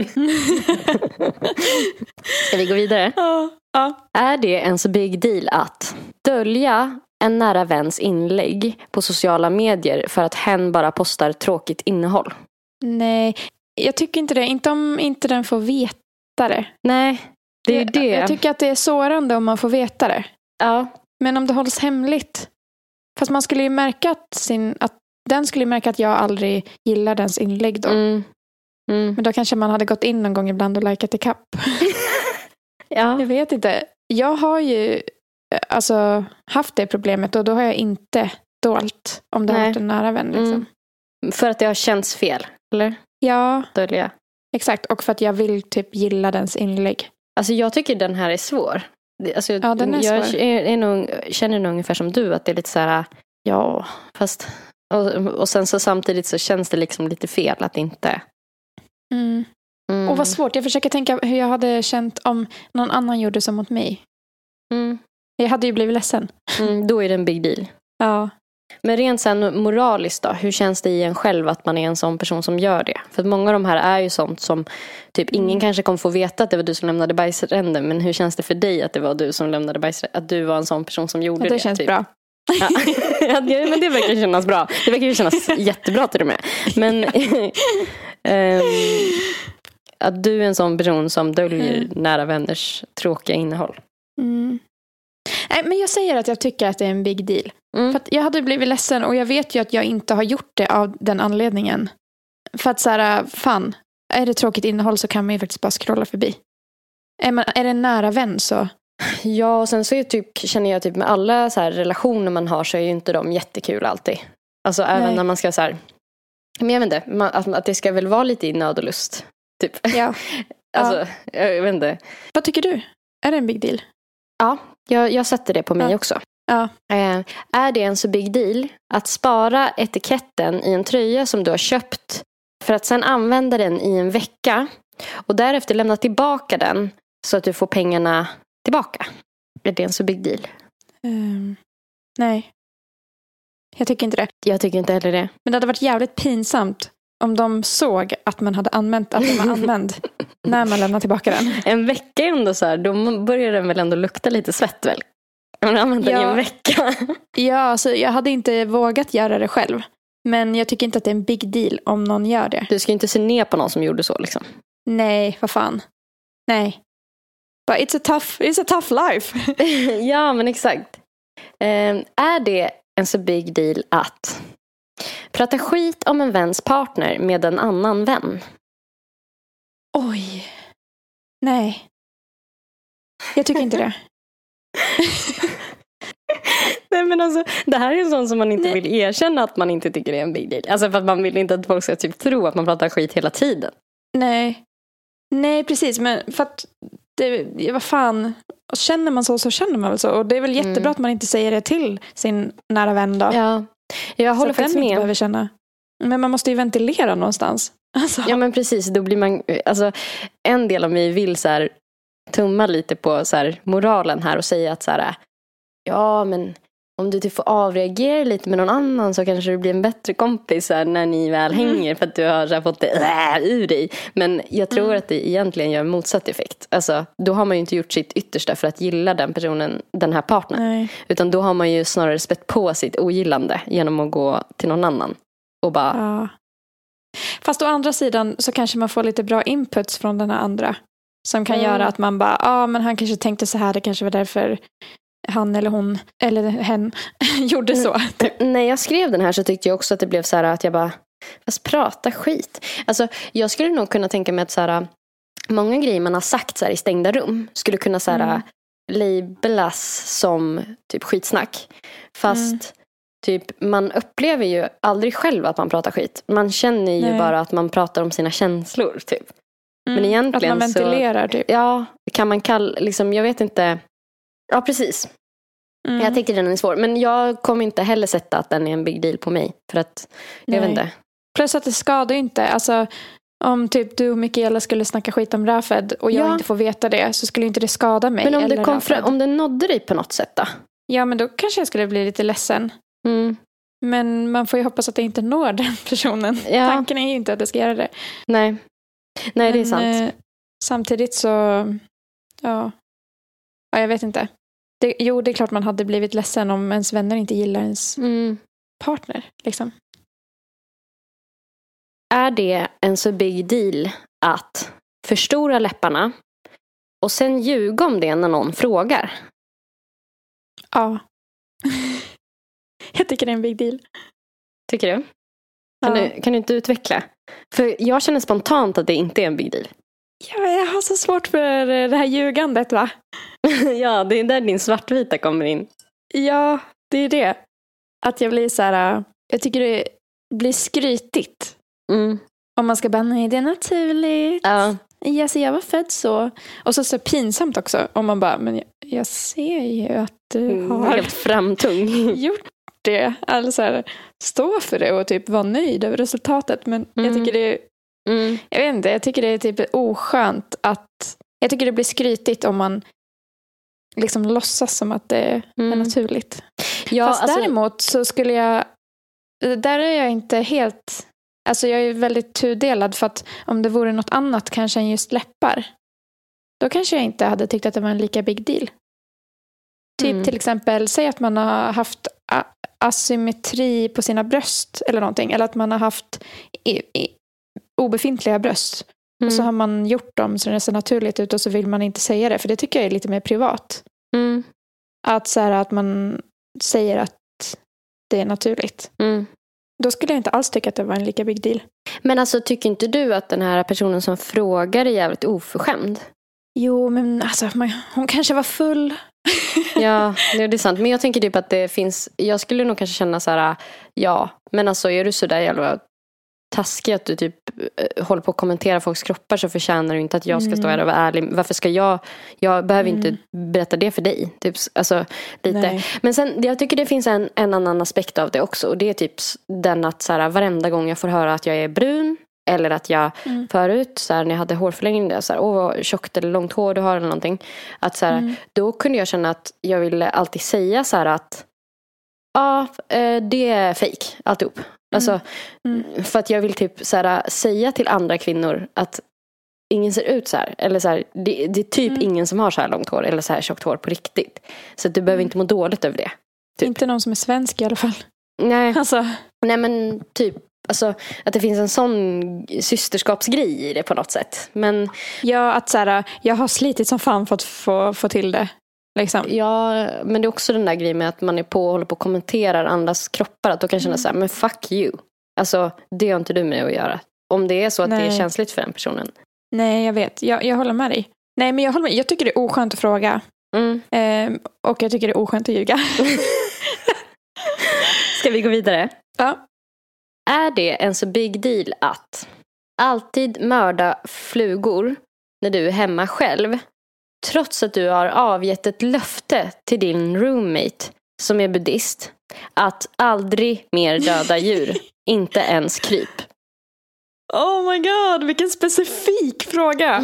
Speaker 2: Ska vi gå vidare?
Speaker 1: Ja. Ja.
Speaker 2: Är det en så big deal att dölja en nära väns inlägg på sociala medier för att hen bara postar tråkigt innehåll?
Speaker 1: Nej, jag tycker inte det. Inte om inte den får veta det.
Speaker 2: Nej, det är ju det.
Speaker 1: Jag tycker att det är sårande om man får veta det.
Speaker 2: Ja,
Speaker 1: Men om det hålls hemligt. Fast man skulle ju märka att, sin, att den skulle ju märka att jag aldrig gillar dens inlägg då.
Speaker 2: mm. Mm.
Speaker 1: Men då kanske man hade gått in någon gång ibland och likat i kapp.
Speaker 2: Ja.
Speaker 1: Jag vet inte. Jag har ju eh, alltså haft det problemet, och då har jag inte dolt om det har
Speaker 2: Nej.
Speaker 1: varit en nära vän. Liksom.
Speaker 2: Mm. För att det har känts fel, eller?
Speaker 1: Ja,
Speaker 2: Dölja.
Speaker 1: exakt. Och för att jag vill typ gilla dens inlägg.
Speaker 2: Alltså jag tycker den här är svår. Alltså,
Speaker 1: Ja, den är
Speaker 2: jag
Speaker 1: svår.
Speaker 2: är, är nog, känner nog ungefär som du, att det är lite så här, ja, fast och, och sen så samtidigt så känns det liksom lite fel att inte.
Speaker 1: Mm.
Speaker 2: Mm.
Speaker 1: Och vad svårt, jag försöker tänka hur jag hade känt om någon annan gjorde så mot mig.
Speaker 2: Mm.
Speaker 1: Jag hade ju blivit ledsen.
Speaker 2: Mm, då är det en big deal.
Speaker 1: Ja.
Speaker 2: Men rent sen moraliskt då, hur känns det i en själv att man är en sån person som gör det? För att många av de här är ju sånt som typ ingen mm. kanske kommer få veta att det var du som lämnade bajsränder, men hur känns det för dig att det var du som lämnade bajsränder, att du var en sån person som gjorde
Speaker 1: ja,
Speaker 2: det?
Speaker 1: Det känns
Speaker 2: typ?
Speaker 1: bra.
Speaker 2: Ja. Ja, men det verkar kännas bra. Det verkar ju kännas jättebra till och med. Men um, att du är en sån person som döljer mm. nära vänners tråkiga innehåll.
Speaker 1: Mm. Nej, men jag säger att jag tycker att det är en big deal.
Speaker 2: Mm.
Speaker 1: För att jag hade blivit ledsen och jag vet ju att jag inte har gjort det av den anledningen. För att så här, fan, är det tråkigt innehåll så kan man ju faktiskt bara scrolla förbi. Är, man, är det en nära vän så...
Speaker 2: Ja, och sen så är typ, känner jag typ med alla så här relationer man har så är ju inte de jättekul alltid. Alltså även
Speaker 1: Nej.
Speaker 2: när man ska så här, men jag vet inte, man, att, att det ska väl vara lite i nöd och lust. Typ.
Speaker 1: Ja.
Speaker 2: Alltså, ja. jag vet inte.
Speaker 1: Vad tycker du? Är det en big deal?
Speaker 2: Ja, jag, jag sätter det på mig
Speaker 1: ja.
Speaker 2: också.
Speaker 1: Ja.
Speaker 2: Eh, är det en så big deal att spara etiketten i en tröja som du har köpt för att sen använda den i en vecka och därefter lämna tillbaka den så att du får pengarna tillbaka? Är det en så big deal?
Speaker 1: Um, nej. Jag tycker inte det.
Speaker 2: Jag tycker inte heller det.
Speaker 1: Men det hade varit jävligt pinsamt om de såg att man hade använt att den var använd när man lämnar tillbaka den.
Speaker 2: En vecka är ändå så här, då börjar den väl ändå lukta lite svett väl? Om man använder den
Speaker 1: ja.
Speaker 2: i en vecka.
Speaker 1: Ja, alltså jag hade inte vågat göra det själv. Men jag tycker inte att det är en big deal om någon gör det.
Speaker 2: Du ska inte se ner på någon som gjorde så liksom.
Speaker 1: Nej, vad fan. Nej. But it's a tough, it's a tough life.
Speaker 2: Ja, men exakt. Eh, är det en så big deal att prata skit om en väns partner med en annan vän?
Speaker 1: Oj. Nej. Jag tycker inte det.
Speaker 2: Nej, men alltså, det här är en sån som man inte
Speaker 1: Nej.
Speaker 2: vill erkänna att man inte tycker är en big deal. Alltså för att man vill inte att folk ska typ tro att man pratar skit hela tiden.
Speaker 1: Nej. Nej, precis. Men för att det, vad fan, känner man så så känner man väl så. Och det är väl jättebra mm. att man inte säger det till sin nära vän då.
Speaker 2: Ja, jag håller
Speaker 1: så
Speaker 2: faktiskt
Speaker 1: den
Speaker 2: med.
Speaker 1: Inte behöver känna. Men man måste ju ventilera någonstans. Alltså.
Speaker 2: Ja, men precis. Då blir man, alltså, en del av mig vill så här, tumma lite på så här, moralen här och säga att så här, ja, men om du typ får avreagera lite med någon annan så kanske du blir en bättre kompis här, när ni väl mm. hänger för att du har så här, fått det äh, ur dig. Men jag tror mm. att det egentligen gör motsatt effekt. Alltså, då har man ju inte gjort sitt yttersta för att gilla den personen, den här partnern.
Speaker 1: Nej.
Speaker 2: Utan då har man ju snarare spett på sitt ogillande genom att gå till någon annan. Och bara...
Speaker 1: Ja. Fast å andra sidan så kanske man får lite bra inputs från den här andra. Som kan mm. göra att man bara, ja ah, men han kanske tänkte så här, det kanske var därför han eller hon, eller hen, gjorde så.
Speaker 2: Mm. När jag skrev den här så tyckte jag också att det blev så här att jag bara, fast prata skit. Alltså jag skulle nog kunna tänka mig att så här, många grejer man har sagt så här i stängda rum skulle kunna så här mm. labelas som typ skitsnack. Fast mm. typ man upplever ju aldrig själv att man pratar skit. Man känner ju Nej. bara att man pratar om sina känslor typ.
Speaker 1: Mm. Men egentligen att man ventilerar så, typ.
Speaker 2: Ja, kan man kalla, liksom, jag vet inte. Ja, precis. Mm. Jag tycker den är svår. Men jag kommer inte heller sätta att den är en big deal på mig. För att, jag
Speaker 1: Nej.
Speaker 2: vet inte.
Speaker 1: Plus att det skadar inte. Alltså, om typ du och Mikaela skulle snacka skit om Rafed och jag ja. inte får veta det, så skulle inte det skada mig.
Speaker 2: Men om
Speaker 1: eller
Speaker 2: det, kom fra, om det nådde dig på något sätt då? Ja,
Speaker 1: men då kanske jag skulle bli lite ledsen.
Speaker 2: Mm.
Speaker 1: Men man får ju hoppas att det inte når den personen.
Speaker 2: Ja.
Speaker 1: Tanken är ju inte att det ska göra det.
Speaker 2: Nej, Nej men, det är sant.
Speaker 1: Eh, samtidigt så, ja, ja jag vet inte. Det, jo, det är klart man hade blivit ledsen om ens vänner inte gillar ens
Speaker 2: mm.
Speaker 1: partner. Liksom.
Speaker 2: Är det en så big deal att förstora läpparna och sen ljuga om det när någon frågar?
Speaker 1: Ja. Jag tycker det är en big deal.
Speaker 2: Tycker du? Kan, ja. du? kan du inte utveckla? För jag känner spontant att det inte är en big deal.
Speaker 1: Ja, jag har så svårt för det här ljugandet, va?
Speaker 2: Ja, det är där din svartvita kommer in.
Speaker 1: Ja, det är det. Att jag blir så här, jag tycker det blir skrytigt.
Speaker 2: Mm.
Speaker 1: Om man ska bara, nej det är naturligt.
Speaker 2: Ja.
Speaker 1: Alltså jag var född så. Och så så pinsamt också. Om man bara, men jag, jag ser ju att du
Speaker 2: Mm,
Speaker 1: har
Speaker 2: helt framtung.
Speaker 1: gjort det. Alltså så här, stå för det och typ vara nöjd över resultatet. Men
Speaker 2: Mm.
Speaker 1: jag tycker det är,
Speaker 2: Mm.
Speaker 1: jag vet inte, jag tycker det är typ oskönt att, jag tycker det blir skrytigt om man liksom låtsas som att det
Speaker 2: Mm.
Speaker 1: är naturligt.
Speaker 2: Ja,
Speaker 1: Fast
Speaker 2: alltså,
Speaker 1: däremot så skulle jag, där är jag inte helt, alltså jag är väldigt tudelad, för att om det vore något annat kanske än just läppar, då kanske jag inte hade tyckt att det var en lika big deal. Typ
Speaker 2: Mm.
Speaker 1: till exempel, säg att man har haft a- asymmetri på sina bröst eller någonting, eller att man har haft i, i, obefintliga bröst.
Speaker 2: mm.
Speaker 1: Och så har man gjort dem så det ser naturligt ut och så vill man inte säga det, för det tycker jag är lite mer privat.
Speaker 2: Mm.
Speaker 1: Att, så här, att man säger att det är naturligt.
Speaker 2: Mm.
Speaker 1: Då skulle jag inte alls tycka att det var en lika big deal.
Speaker 2: Men alltså, tycker inte du att den här personen som frågar är jävligt oförskämd?
Speaker 1: Jo, men alltså, man, hon kanske var full.
Speaker 2: Ja, det är sant. Men jag tänker typ att det finns, jag skulle nog kanske känna så här, ja, men alltså är du så där jävla taskig att du typ eh, håller på att kommentera folks kroppar, så förtjänar du inte att jag ska stå här och vara ärlig. Varför ska jag, jag behöver
Speaker 1: Mm.
Speaker 2: inte berätta det för dig. Typ, alltså lite.
Speaker 1: Nej.
Speaker 2: Men sen, jag tycker det finns en, en annan aspekt av det också. Och det är typ den att så här, varenda gång jag får höra att jag är brun, eller att jag
Speaker 1: Mm.
Speaker 2: förut, så här, när jag hade hårförlängning där, så här, åh vad tjockt eller långt hår du har eller någonting. Att så här,
Speaker 1: Mm.
Speaker 2: då kunde jag känna att jag ville alltid säga så här att ja, eh, det är fake alltihop. Alltså,
Speaker 1: Mm.
Speaker 2: för att jag vill typ så här, säga till andra kvinnor att ingen ser ut så här. Eller så här, det, det är typ
Speaker 1: Mm.
Speaker 2: ingen som har så här långt hår eller så här tjockt hår på riktigt. Så att du behöver inte må dåligt över det. Typ.
Speaker 1: Inte någon som är svensk i alla fall.
Speaker 2: Nej,
Speaker 1: Alltså,
Speaker 2: nej men typ. Alltså, att det finns en sån systerskapsgrej i det på något sätt. Men
Speaker 1: ja, att så här, jag har slitit som fan för att få, få till det. Liksom.
Speaker 2: ja, men det är också den där grejen med att man är på och håller på och kommenterar andras kroppar. Att då kan jag känna
Speaker 1: Mm.
Speaker 2: så här, men fuck you. Alltså, det har inte du med att göra. Om det är så att det är
Speaker 1: Nej.
Speaker 2: känsligt för den personen.
Speaker 1: Nej, jag vet. Jag, jag håller med dig. Nej, men jag håller med. Jag tycker det är oskönt att fråga.
Speaker 2: Mm.
Speaker 1: Ehm, och jag tycker det är oskönt att ljuga.
Speaker 2: Ska vi gå vidare?
Speaker 1: Ja.
Speaker 2: Är det en så big deal att alltid mörda flugor när du är hemma själv, trots att du har avgett ett löfte till din roommate som är buddhist att aldrig mer döda djur, inte ens kryp?
Speaker 1: Oh my god, vilken specifik fråga.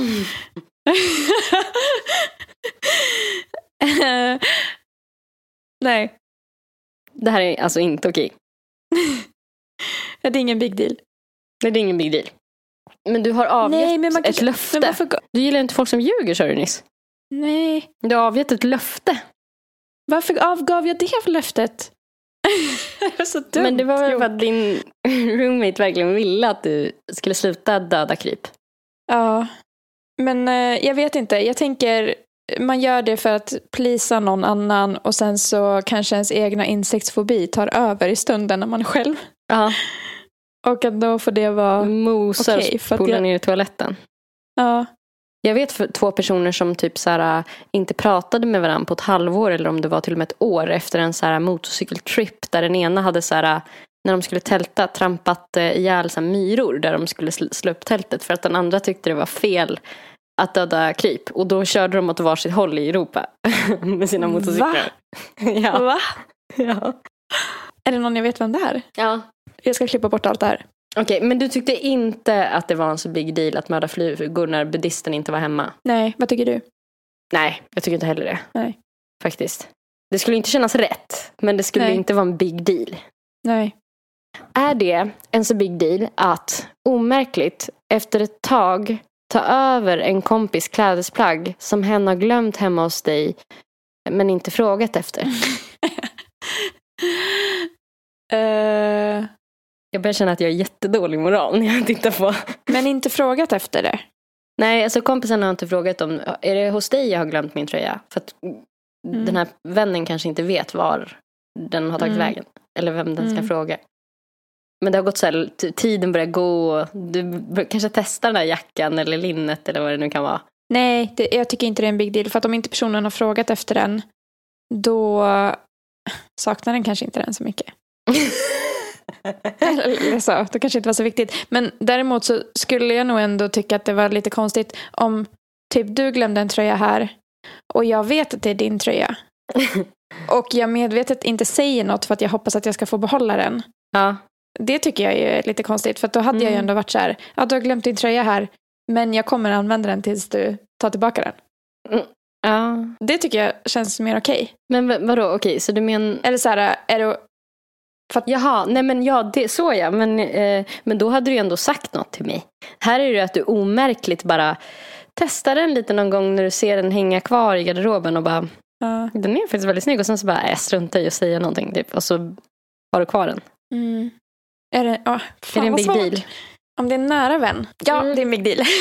Speaker 1: Eh, Nej,
Speaker 2: Det här är alltså inte okej.
Speaker 1: det är ingen big deal.
Speaker 2: Det är ingen big deal. Men du har avgett
Speaker 1: Nej, men man
Speaker 2: ett
Speaker 1: kan-
Speaker 2: löfte.
Speaker 1: Men varför,
Speaker 2: Du gillar inte folk som ljuger, sa du nyss.
Speaker 1: nej,
Speaker 2: Du har avgett ett löfte.
Speaker 1: varför avgav jag det för löftet? Det var så dumt.
Speaker 2: Men det var väl
Speaker 1: Jo.
Speaker 2: för att din roommate verkligen ville att du skulle sluta döda kryp.
Speaker 1: Ja, men eh, jag vet inte. Jag tänker, man gör det för att plisa någon annan och sen så kanske ens egna insektsfobi tar över i stunden när man är själv.
Speaker 2: Ja.
Speaker 1: Och att då får det vara...
Speaker 2: Mosar
Speaker 1: Okej,
Speaker 2: och
Speaker 1: för att
Speaker 2: spolar
Speaker 1: jag-
Speaker 2: ner i toaletten.
Speaker 1: Ja,
Speaker 2: Jag vet för två personer som typ så här, inte pratade med varandra på ett halvår, eller om det var till och med ett år, efter en så här motorcykeltrip där den ena hade så här, när de skulle tälta, trampat eh, ihjäl så här myror där de skulle sl- slå upp tältet, för att den andra tyckte det var fel att döda kryp, och då körde de åt varsitt håll i Europa med sina motorcyklar. Ja.
Speaker 1: va?
Speaker 2: Ja.
Speaker 1: Är det någon jag vet vem det är?
Speaker 2: Ja.
Speaker 1: Jag ska klippa bort allt det här.
Speaker 2: Okej, men du tyckte inte att det var en så big deal att mörda flugor när buddhisten inte var hemma?
Speaker 1: Nej, vad tycker du?
Speaker 2: Nej, jag tycker inte heller det.
Speaker 1: Nej.
Speaker 2: Faktiskt. Det skulle inte kännas rätt, men det skulle
Speaker 1: Nej.
Speaker 2: inte vara en big deal.
Speaker 1: Nej.
Speaker 2: Är det en så big deal att omärkligt efter ett tag ta över en kompis klädesplagg som hen har glömt hemma hos dig men inte frågat efter?
Speaker 1: uh,
Speaker 2: Jag börjar känna att jag är jättedålig moral när jag tittar på.
Speaker 1: men inte frågat efter det.
Speaker 2: Nej, alltså kompisen har inte frågat om, är det hos dig jag har glömt min tröja? För att
Speaker 1: Mm.
Speaker 2: den här vännen kanske inte vet var den har tagit
Speaker 1: Mm.
Speaker 2: vägen. Eller vem den ska
Speaker 1: Mm.
Speaker 2: fråga. Men det har gått så här, t- tiden börjar gå. Och du bör- kanske testar den här jackan eller linnet eller vad det nu kan vara.
Speaker 1: Nej, det, jag tycker inte det är en big deal. För att om inte personen har frågat efter den, då saknar den kanske inte den så mycket. Eller så, det kanske inte var så viktigt. Men däremot så skulle jag nog ändå tycka att det var lite konstigt om typ du glömde en tröja här och jag vet att det är din tröja. Och jag medvetet inte säger något för att jag hoppas att jag ska få behålla den.
Speaker 2: Ja.
Speaker 1: Det tycker jag är lite konstigt. För att då hade mm. jag ju ändå varit så här, ja, du har glömt din tröja här, men jag kommer använda den tills du tar tillbaka den.
Speaker 2: Mm. Ja.
Speaker 1: Det tycker jag känns mer okej. Okay.
Speaker 2: Men v- vadå okej, okay, så du menar...
Speaker 1: Eller så här, är det...
Speaker 2: För att... Jaha, nej men ja, det så ja. Men, eh, men då hade du ju ändå sagt något till mig. Här är det att du omärkligt bara testar den lite någon gång när du ser den hänga kvar i garderoben och bara, ja. Den är faktiskt väldigt snygg. Och sen så bara, jag struntar i att säga någonting typ. Och så har du kvar den.
Speaker 1: Mm. Är det, oh, fan,
Speaker 2: är det en big
Speaker 1: svårt.
Speaker 2: Deal?
Speaker 1: Om det är en nära vän. Ja, mm. det är en big deal.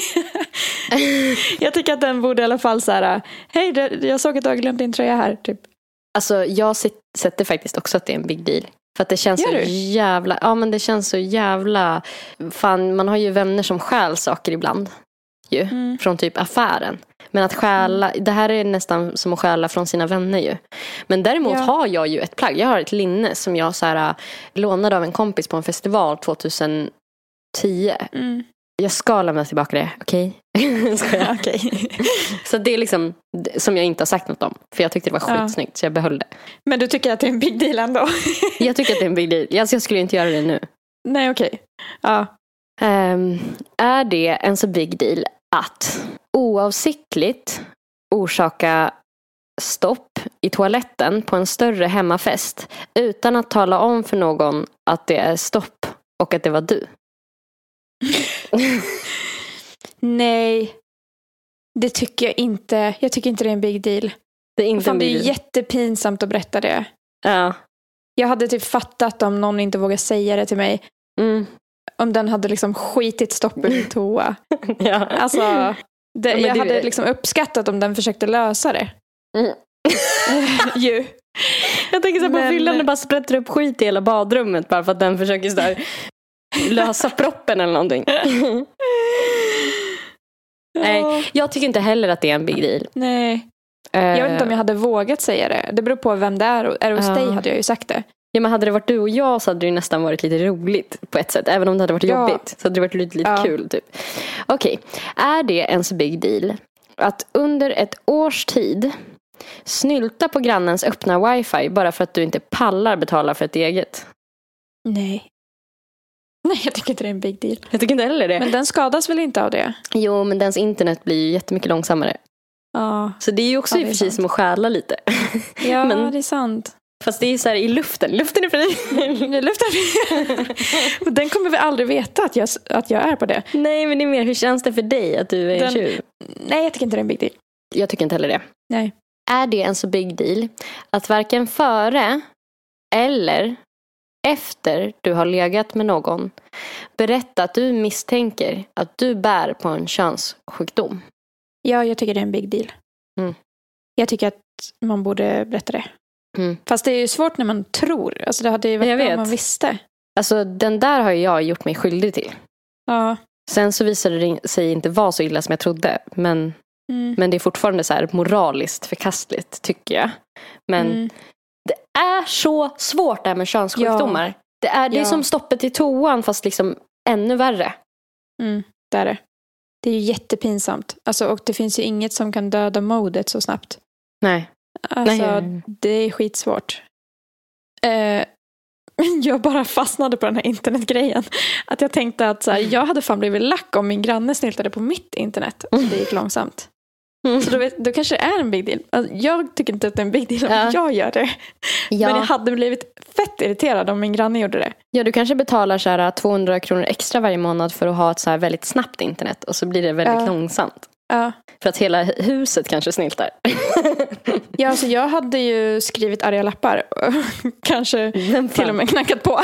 Speaker 1: Jag tycker att den borde i alla fall så här, hej, jag såg att du har glömt din tröja här typ.
Speaker 2: Alltså jag sätter faktiskt också att det är en big deal. För att det känns så jävla, ja men det känns så jävla, fan man har ju vänner som stjäl saker ibland ju, mm. från typ affären. Men att stjäla, mm. det här är nästan som att stjäla från sina vänner ju. Men däremot ja. har jag ju ett plagg, jag har ett linne som jag så här lånade av en kompis på en festival tjugohundratio. Mm. Jag ska lämna tillbaka det, okej? Okay?
Speaker 1: okay.
Speaker 2: Så det är liksom som jag inte har sagt något om. För jag tyckte det var skitsnyggt, ja. Så jag behöll det.
Speaker 1: Men du tycker att det är en big deal ändå?
Speaker 2: Jag tycker att det är en big deal. Alltså, jag skulle inte göra det nu.
Speaker 1: Nej, okej. Okay. Ja.
Speaker 2: Um, är det en så big deal att oavsiktligt orsaka stopp i toaletten på en större hemmafest utan att tala om för någon att det är stopp och att det var du?
Speaker 1: Nej, det tycker jag inte. Jag tycker inte det är en big deal.
Speaker 2: Det är inte
Speaker 1: Fan,
Speaker 2: en big
Speaker 1: det är
Speaker 2: deal.
Speaker 1: Jättepinsamt att berätta det.
Speaker 2: Ja.
Speaker 1: Jag hade typ fattat om någon inte vågar säga det till mig.
Speaker 2: Mm.
Speaker 1: Om den hade liksom skitit stopp i toa.
Speaker 2: Ja.
Speaker 1: Alltså, det,
Speaker 2: ja,
Speaker 1: jag
Speaker 2: du...
Speaker 1: hade liksom uppskattat om den försökte lösa det.
Speaker 2: Mm.
Speaker 1: Ju.
Speaker 2: Jag tänker så här, på fyllan och bara sprätter upp skit i hela badrummet bara för att den försöker så där lösa proppen eller någonting. Nej, jag tycker inte heller att det är en big deal.
Speaker 1: Nej. Uh, jag vet inte om jag hade vågat säga det. Det beror på vem det är. Är det hos uh. dig hade jag ju sagt det.
Speaker 2: Ja, men hade det varit du och jag så hade det nästan varit lite roligt på ett sätt. Även om det hade varit ja. jobbigt så hade det varit lite, lite ja. kul typ. Okej, okay. Är det ens big deal att under ett års tid snylta på grannens öppna wifi bara för att du inte pallar betala för ett eget?
Speaker 1: Nej. Nej, jag tycker inte det är en big deal.
Speaker 2: Jag tycker inte heller det.
Speaker 1: Men den skadas väl inte av det?
Speaker 2: Jo, men dens internet blir ju jättemycket långsammare.
Speaker 1: Ja.
Speaker 2: Så det är ju också
Speaker 1: ja,
Speaker 2: i och för sig som att stjäla lite.
Speaker 1: Ja,
Speaker 2: men,
Speaker 1: det är sant.
Speaker 2: Fast det är så här i luften. Luften är fri.
Speaker 1: Luften är fri. Den kommer vi aldrig veta att jag, att jag är på det.
Speaker 2: Nej, men det är mer, hur känns det för dig att du är
Speaker 1: den,
Speaker 2: en tjuv?
Speaker 1: Nej, jag tycker inte det är en big deal.
Speaker 2: Jag tycker inte heller det.
Speaker 1: Nej.
Speaker 2: Är det en så big deal att varken före eller efter du har legat med någon berätta att du misstänker att du bär på en könssjukdom?
Speaker 1: Ja, jag tycker det är en big deal.
Speaker 2: Mm.
Speaker 1: Jag tycker att man borde berätta det.
Speaker 2: Mm.
Speaker 1: Fast det är ju svårt när man tror. Alltså det hade ju varit bra om man visste.
Speaker 2: Alltså den där har ju jag gjort mig skyldig till.
Speaker 1: Ja.
Speaker 2: Sen så visade det sig inte vara så illa som jag trodde. Men, mm. men det är fortfarande så här moraliskt förkastligt tycker jag. Men mm. det är så svårt där med könssjukdomar. Ja. Det är, det är ja. som stoppet i toan fast liksom ännu värre.
Speaker 1: Mm, det är det. Det är ju jättepinsamt. Alltså, och det finns ju inget som kan döda modet så snabbt.
Speaker 2: Nej.
Speaker 1: Alltså,
Speaker 2: Nej.
Speaker 1: det är skitsvårt. Eh, jag bara fastnade på den här internetgrejen. Att jag tänkte att så här, jag hade fan blivit lack om min granne snyltade på mitt internet. Och det gick långsamt. Mm. Så då, vet, då kanske det är en big deal. Alltså, jag tycker inte att det är en big deal om ja. jag gör det. Ja. Men jag hade blivit fett irriterad om min granne gjorde det.
Speaker 2: Ja, du kanske betalar så här tvåhundra kronor extra varje månad för att ha ett så här väldigt snabbt internet. Och så blir det väldigt ja. långsamt.
Speaker 1: Ja.
Speaker 2: För att hela huset kanske snyltar.
Speaker 1: Ja, alltså jag hade ju skrivit arga lappar. Kanske till och med knackat på.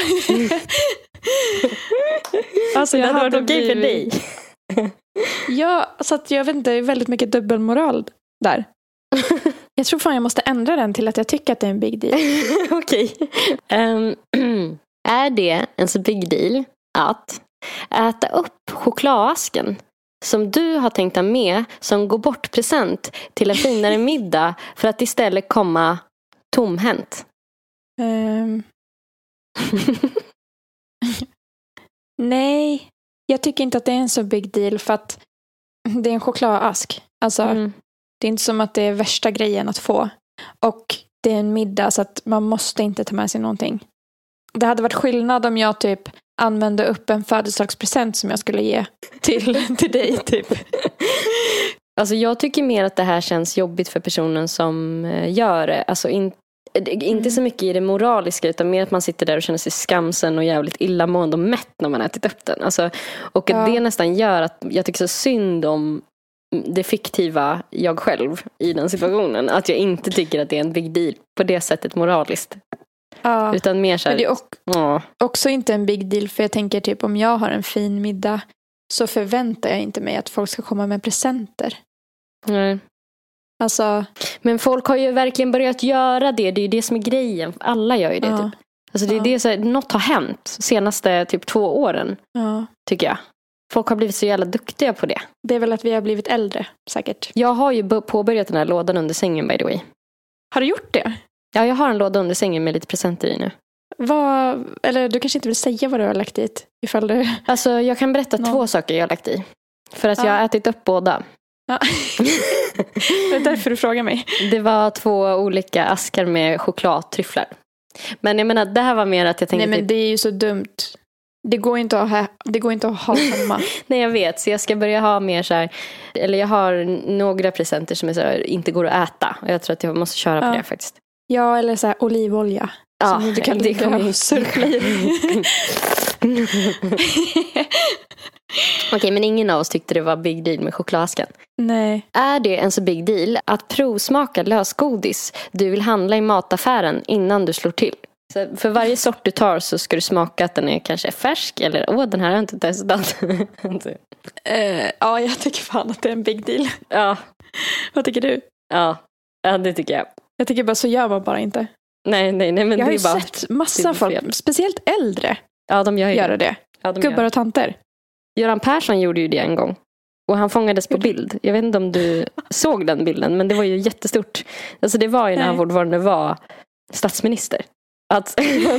Speaker 2: Alltså jag det hade varit okej för dig.
Speaker 1: Ja, så att jag vet inte, det är väldigt mycket dubbelmoral där. Jag tror fan jag måste ändra den till att jag tycker att det är en big deal.
Speaker 2: Okej. Um, är det en så big deal att äta upp chokladasken som du har tänkt ta med som går bort present till en finare middag för att istället komma tomhänt?
Speaker 1: Um. Nej, jag tycker inte att det är en så big deal för att det är en chokladask. Alltså, mm. det är inte som att det är värsta grejen att få. Och det är en middag så att man måste inte ta med sig någonting. Det hade varit skillnad om jag typ använde upp en födelsedagspresent som jag skulle ge till, till dig typ.
Speaker 2: Alltså jag tycker mer att det här känns jobbigt för personen som gör det. Alltså in, inte mm. så mycket i det moraliska utan mer att man sitter där och känner sig skamsen och jävligt illamående och mätt när man ätit upp den. Alltså, och att ja. det nästan gör att jag tycker så synd om det fiktiva jag själv i den situationen. Att jag inte tycker att det är en big deal på det sättet moraliskt. Ja. Utan mer så här,
Speaker 1: men det är också, ja. också inte en big deal för jag tänker typ om jag har en fin middag så förväntar jag inte mig att folk ska komma med presenter.
Speaker 2: Nej.
Speaker 1: Alltså,
Speaker 2: men folk har ju verkligen börjat göra det. Det är ju det som är grejen. Alla gör ju det ja. typ. Alltså det är ja. det så här, något har hänt senaste typ två åren.
Speaker 1: Ja.
Speaker 2: Tycker jag. Folk har blivit så jävla duktiga på det.
Speaker 1: Det är väl att vi har blivit äldre, säkert.
Speaker 2: Jag har ju påbörjat den här lådan under sängen by the way.
Speaker 1: Har du gjort det?
Speaker 2: Ja, jag har en låda under sängen med lite presenter i nu.
Speaker 1: Vad, eller du kanske inte vill säga vad du har lagt dit ifall du...
Speaker 2: Alltså jag kan berätta no. två saker jag har lagt i. För att ja. jag har ätit upp båda.
Speaker 1: Ja. Det är därför du frågar mig.
Speaker 2: Det var två olika askar med chokladtryfflar. Men jag menar, det här var mer att jag tänkte...
Speaker 1: Nej, men det är ju så dumt. Det går inte att ha, det går inte att ha hemma.
Speaker 2: Nej, jag vet. Så jag ska börja ha mer så här... Eller jag har några presenter som är så här, inte går att äta. Och jag tror att jag måste köra på
Speaker 1: ja.
Speaker 2: det faktiskt.
Speaker 1: Ja, eller så här olivolja.
Speaker 2: Ja,
Speaker 1: som du kan ligga och surfla i.
Speaker 2: Okej, men ingen av oss tyckte det var big deal med chokladasken.
Speaker 1: Nej.
Speaker 2: Är det en så big deal att provsmaka lösgodis du vill handla i mataffären innan du slår till? Så för varje sort du tar så ska du smaka att den är kanske färsk eller åh, den här har jag inte testat.
Speaker 1: uh, ja, jag tycker fan att det är en big deal.
Speaker 2: Ja.
Speaker 1: Vad tycker du?
Speaker 2: Ja, ja det tycker jag.
Speaker 1: Jag tycker bara så gör man bara inte.
Speaker 2: Nej, nej, nej. Men
Speaker 1: jag
Speaker 2: det
Speaker 1: har ju
Speaker 2: är bara
Speaker 1: sett massa folk, speciellt äldre,
Speaker 2: ja, de gör
Speaker 1: göra
Speaker 2: det.
Speaker 1: det.
Speaker 2: Ja, de
Speaker 1: Gubbar
Speaker 2: gör.
Speaker 1: och tanter.
Speaker 2: Göran Persson gjorde ju det en gång. Och han fångades på bild. Jag vet inte om du såg den bilden, men det var ju jättestort. Alltså det var ju när han fortfarande var statsminister. Att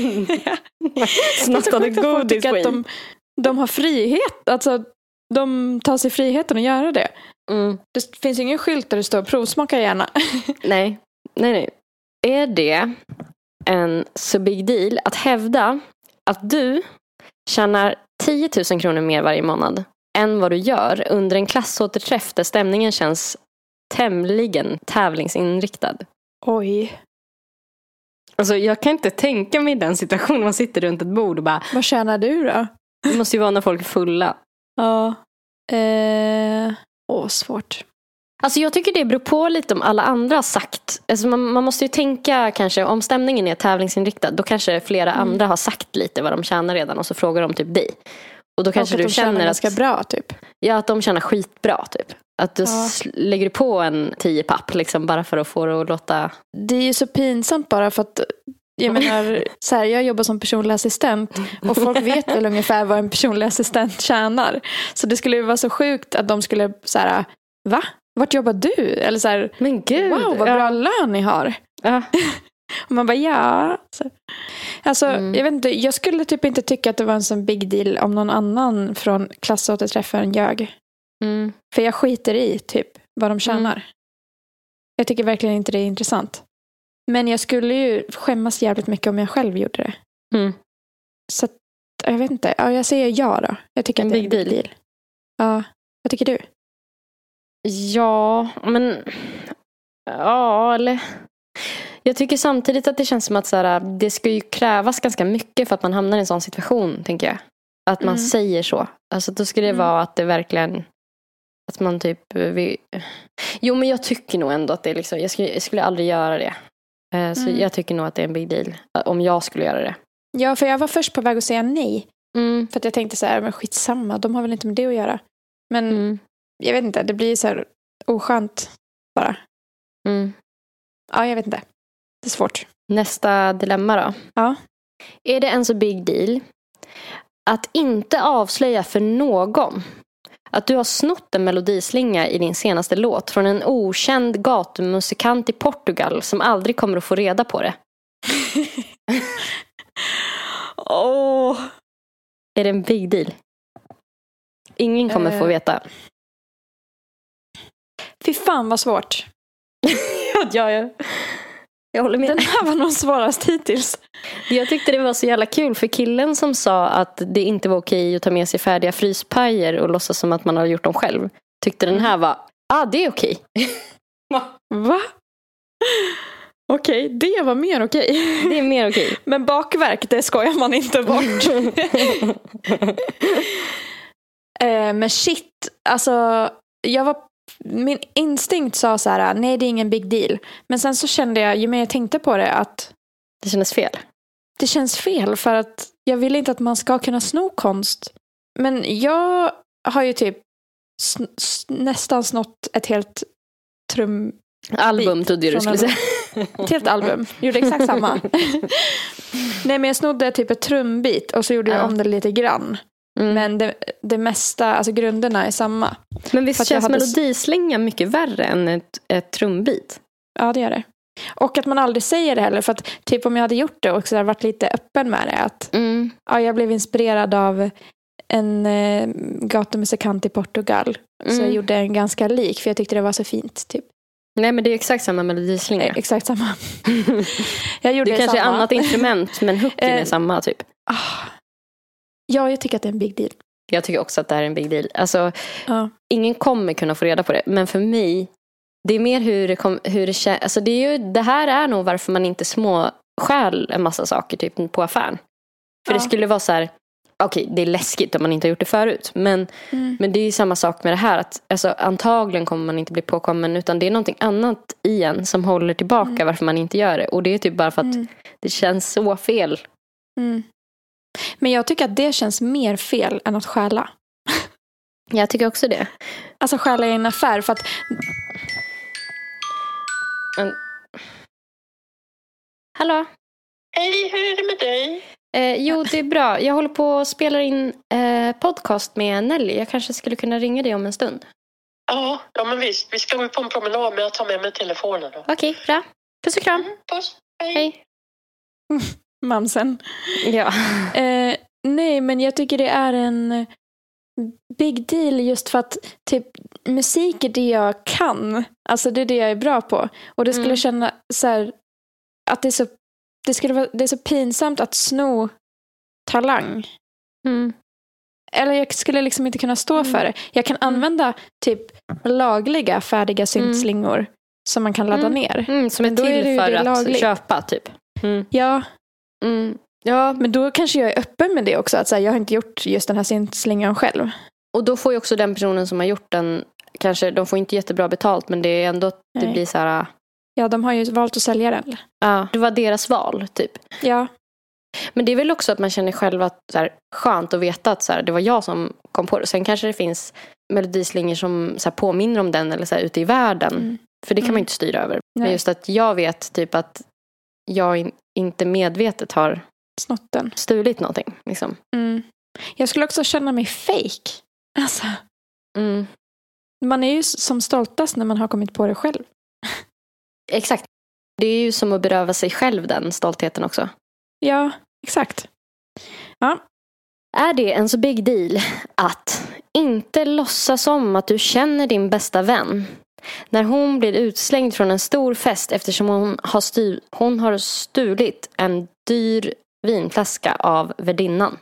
Speaker 2: snattade godis på
Speaker 1: att de, de har frihet. Alltså de tar sig friheten att göra det.
Speaker 2: Mm.
Speaker 1: Det finns ingen skylt där det står provsmaka gärna.
Speaker 2: nej, nej, nej. Är det en så big deal att hävda att du tjänar tio tusen kronor mer varje månad än vad du gör under en klassåterträff där stämningen känns tämligen tävlingsinriktad?
Speaker 1: Oj.
Speaker 2: Alltså jag kan inte tänka mig den situationen. Man sitter runt ett bord och bara...
Speaker 1: Vad tjänar du då?
Speaker 2: Det måste ju vara när folk är fulla.
Speaker 1: Ja. Eh... Åh, svårt.
Speaker 2: Alltså jag tycker det beror på lite om alla andra har sagt. Alltså man, man måste ju tänka kanske, om stämningen är tävlingsinriktad, då kanske flera mm. andra har sagt lite vad de tjänar redan och så frågar de typ dig. Och då kanske
Speaker 1: och att
Speaker 2: du
Speaker 1: de
Speaker 2: känner att...
Speaker 1: ganska bra typ.
Speaker 2: Ja, att de tjänar skitbra typ. Att du ja. lägger på en tio papp liksom bara för att få det att låta...
Speaker 1: Det är ju så pinsamt bara för att jag menar, så här, jag jobbar som personlig assistent och folk vet väl ungefär vad en personlig assistent tjänar. Så det skulle ju vara så sjukt att de skulle så här, va? Vart jobbar du? Eller så här,
Speaker 2: men gud,
Speaker 1: wow, vad bra
Speaker 2: ja.
Speaker 1: lön ni har.
Speaker 2: Ja.
Speaker 1: Och man bara, ja. Så. Alltså, mm. jag vet inte, jag skulle typ inte tycka att det var en sån big deal om någon annan från klassåterträffen ljög.
Speaker 2: Mm.
Speaker 1: För jag skiter i typ vad de tjänar. Mm. Jag tycker verkligen inte det är intressant. Men jag skulle ju skämmas jävligt mycket om jag själv gjorde det.
Speaker 2: Mm.
Speaker 1: Så att, jag vet inte. Ja, jag säger ja då. Jag tycker
Speaker 2: en
Speaker 1: att det är en big deal. deal. Ja, vad tycker du?
Speaker 2: Ja, men... Ja, eller... Jag tycker samtidigt att det känns som att så här, det ska ju krävas ganska mycket för att man hamnar i en sån situation, tänker jag. Att man mm. säger så. Alltså då skulle det mm. vara att det verkligen... Att man typ... Vi... Jo, men jag tycker nog ändå att det är liksom... Jag skulle, jag skulle aldrig göra det. Uh, så mm. jag tycker nog att det är en big deal. Om jag skulle göra det.
Speaker 1: Ja, för jag var först på väg att säga nej.
Speaker 2: Mm.
Speaker 1: För att jag tänkte så här, men skitsamma. De har väl inte med det att göra. Men
Speaker 2: mm.
Speaker 1: jag vet inte. Det blir så här oskönt bara.
Speaker 2: Mm.
Speaker 1: Ja, jag vet inte. Det är svårt.
Speaker 2: Nästa dilemma då.
Speaker 1: Ja.
Speaker 2: Är det en så big deal att inte avslöja för någon att du har snott en melodislinga i din senaste låt från en okänd gatumusikant i Portugal som aldrig kommer att få reda på det?
Speaker 1: Åh.
Speaker 2: Är det en big deal? Ingen kommer uh. få veta.
Speaker 1: Fy fan vad svårt.
Speaker 2: ja, ja. Jag håller med.
Speaker 1: Den här var nog svårast hittills.
Speaker 2: Jag tyckte det var så jävla kul för killen som sa att det inte var okej att ta med sig färdiga fryspajer och låtsas som att man har gjort dem själv. Tyckte den här var, ah det är okej.
Speaker 1: Va? Okej, okay, det var mer okej. Okay.
Speaker 2: Det är mer okej. Okay.
Speaker 1: Men bakverk, det skojar man inte bort. eh, men shit, alltså jag var, min instinkt sa så här, nej det är ingen big deal. Men sen så kände jag, ju mer jag tänkte på det, att
Speaker 2: det kändes fel.
Speaker 1: Det känns fel för att jag vill inte att man ska kunna sno konst. Men jag har ju typ sn- s- nästan snott ett helt trum...
Speaker 2: Album trodde jag du skulle säga.
Speaker 1: Ett helt album. Gjorde exakt samma. Nej, men jag snodde typ ett trumbit och så gjorde jag ja. om det lite grann. Mm. Men det, det mesta, alltså grunderna är samma.
Speaker 2: Men visst känns
Speaker 1: hade...
Speaker 2: melodislinga mycket värre än ett, ett trumbit?
Speaker 1: Ja, det gör det. Och att man aldrig säger det heller. För att typ om jag hade gjort det och så hade varit lite öppen med det. Att
Speaker 2: mm.
Speaker 1: ja, jag blev inspirerad av en eh, gatumusikant i Portugal. Mm. Så jag gjorde en ganska lik. För jag tyckte det var så fint typ.
Speaker 2: Nej, men det är exakt samma melodislinga.
Speaker 1: Eh, exakt samma. jag gjorde
Speaker 2: det
Speaker 1: det
Speaker 2: kanske
Speaker 1: samma.
Speaker 2: är annat instrument. Men hooken är samma typ.
Speaker 1: Ah. Ja, jag tycker att det är en big deal.
Speaker 2: Jag tycker också att det här är en big deal. Alltså,
Speaker 1: ja.
Speaker 2: ingen kommer kunna få reda på det. Men för mig, det är mer hur det, kom, hur det känns. Alltså, det, är ju, det här är nog varför man inte små stjäl en massa saker typ på affären. För ja. det skulle vara så här, okej, okay, det är läskigt om man inte har gjort det förut. Men,
Speaker 1: mm.
Speaker 2: men det är ju samma sak med det här. Att, alltså, antagligen kommer man inte bli påkommen. Utan det är någonting annat i en som håller tillbaka mm. varför man inte gör det. Och det är typ bara för att mm. det känns så fel.
Speaker 1: Mm. Men jag tycker att det känns mer fel än att stjäla.
Speaker 2: Jag tycker också det.
Speaker 1: Alltså stjäla i en affär för att...
Speaker 2: Men... Hallå?
Speaker 3: Hej, hur är det med dig?
Speaker 2: Eh, jo, det är bra. Jag håller på att spela in eh, podcast med Nelly. Jag kanske skulle kunna ringa dig om en stund.
Speaker 3: Ja, ja men visst. Vi ska gå på en promenad, men jag tar med mig telefonen då.
Speaker 2: Okej, okay, bra. Puss och kram.
Speaker 3: Mm, puss. Hej.
Speaker 2: Hej.
Speaker 1: Mamsen.
Speaker 2: Ja.
Speaker 1: Eh, nej, men jag tycker det är en big deal just för att typ musik är det jag kan. Alltså det är det jag är bra på. Och det skulle mm. känna så här, att det är så det skulle vara, det är så pinsamt att sno talang.
Speaker 2: Mm.
Speaker 1: Eller jag skulle liksom inte kunna stå mm. för det. Jag kan använda typ lagliga färdiga syntslingor mm. som man kan ladda
Speaker 2: mm.
Speaker 1: ner.
Speaker 2: Mm, som är till är för att lagligt. köpa typ.
Speaker 1: Mm. Ja.
Speaker 2: Mm. Ja,
Speaker 1: men då kanske jag är öppen med det också. Att så här, jag har inte gjort just den här syntslingan själv.
Speaker 2: Och då får ju också den personen som har gjort den, kanske, de får inte jättebra betalt, men det är ändå att det blir så här.
Speaker 1: Ja, de har ju valt att sälja den.
Speaker 2: Ja, det var deras val typ.
Speaker 1: Ja.
Speaker 2: Men det är väl också att man känner själv att så här, skönt att veta att så här, det var jag som kom på det. Sen kanske det finns melodislingor som så här, påminner om den eller så här, ute i världen. Mm. För det kan mm. man inte styra över. Nej. Men just att jag vet typ att jag in, inte medvetet har
Speaker 1: snott den.
Speaker 2: Stulit någonting. Liksom.
Speaker 1: Mm. Jag skulle också känna mig fake. Alltså.
Speaker 2: Mm.
Speaker 1: Man är ju som stoltast när man har kommit på det själv.
Speaker 2: Exakt. Det är ju som att beröva sig själv den stoltheten också.
Speaker 1: Ja, exakt. Ja.
Speaker 2: Är det en så big deal att inte låtsas om att du känner din bästa vän när hon blir utslängd från en stor fest eftersom hon har, styr, hon har stulit en dyr vinflaska av värdinnan?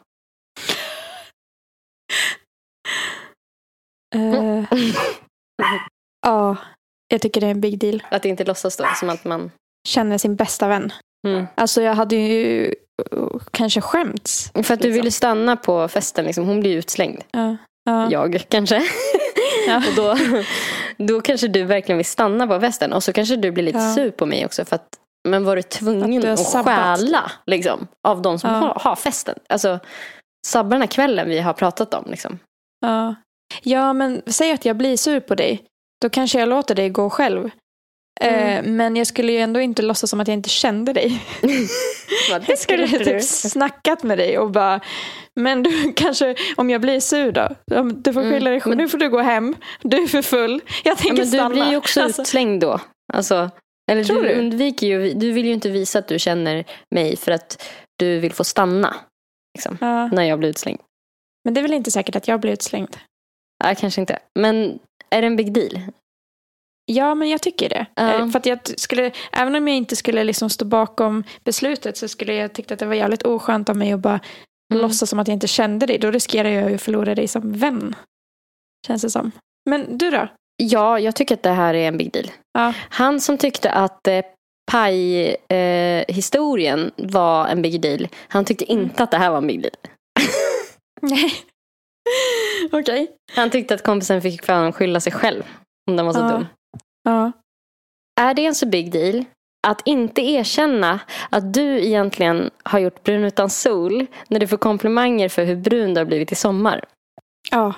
Speaker 1: Uh, ja, jag tycker det är en big deal.
Speaker 2: Att inte låtsas då, som att man
Speaker 1: känner sin bästa vän.
Speaker 2: Mm.
Speaker 1: Alltså jag hade ju kanske skämts.
Speaker 2: För att liksom. Du ville stanna på festen, liksom. Hon blir utslängd.
Speaker 1: Ja. Ja.
Speaker 2: Jag kanske. Ja. Och då, då kanske du verkligen vill stanna på festen. Och så kanske du blir lite ja. sur på mig också. För att, men var du tvungen att, att stjäla liksom, av de som ja. har, har festen? Alltså sabba den här kvällen vi har pratat om. Liksom.
Speaker 1: Ja. Ja, men säg att jag blir sur på dig. Då kanske jag låter dig gå själv. Mm. Eh, men jag skulle ju ändå inte låtsas som att jag inte kände dig. Jag skulle typ snackat med dig och bara, men du kanske, om jag blir sur då, du får skylla dig själv. Mm. Nu får du gå hem, du är för full. Jag tänker
Speaker 2: ja, men
Speaker 1: stanna.
Speaker 2: Du blir ju också alltså. utslängd då. Alltså, eller du,
Speaker 1: du
Speaker 2: undviker ju, du vill ju inte visa att du känner mig för att du vill få stanna liksom,
Speaker 1: ja.
Speaker 2: när jag blir utslängd.
Speaker 1: Men det är väl inte säkert att jag blir utslängd.
Speaker 2: Ja, kanske inte. Men är det en big deal?
Speaker 1: Ja, men jag tycker det.
Speaker 2: Ja.
Speaker 1: För att jag skulle, även om jag inte skulle liksom stå bakom beslutet så skulle jag tycka att det var jävligt oskönt av mig att bara mm. låtsas som att jag inte kände dig. Då riskerar jag ju att förlora dig som vän. Känns det som. Men du då?
Speaker 2: Ja, jag tycker att det här är en big deal.
Speaker 1: Ja.
Speaker 2: Han som tyckte att eh, paj-historien eh, var en big deal. Han tyckte inte att det här var en big deal.
Speaker 1: Nej. Okej. Okay.
Speaker 2: Han tyckte att kompisen fick för honom skylla sig själv om den var så
Speaker 1: ja.
Speaker 2: dum.
Speaker 1: Ja.
Speaker 2: Är det en så big deal att inte erkänna att du egentligen har gjort brun utan sol när du får komplimanger för hur brun du har blivit i sommar?
Speaker 1: Ja.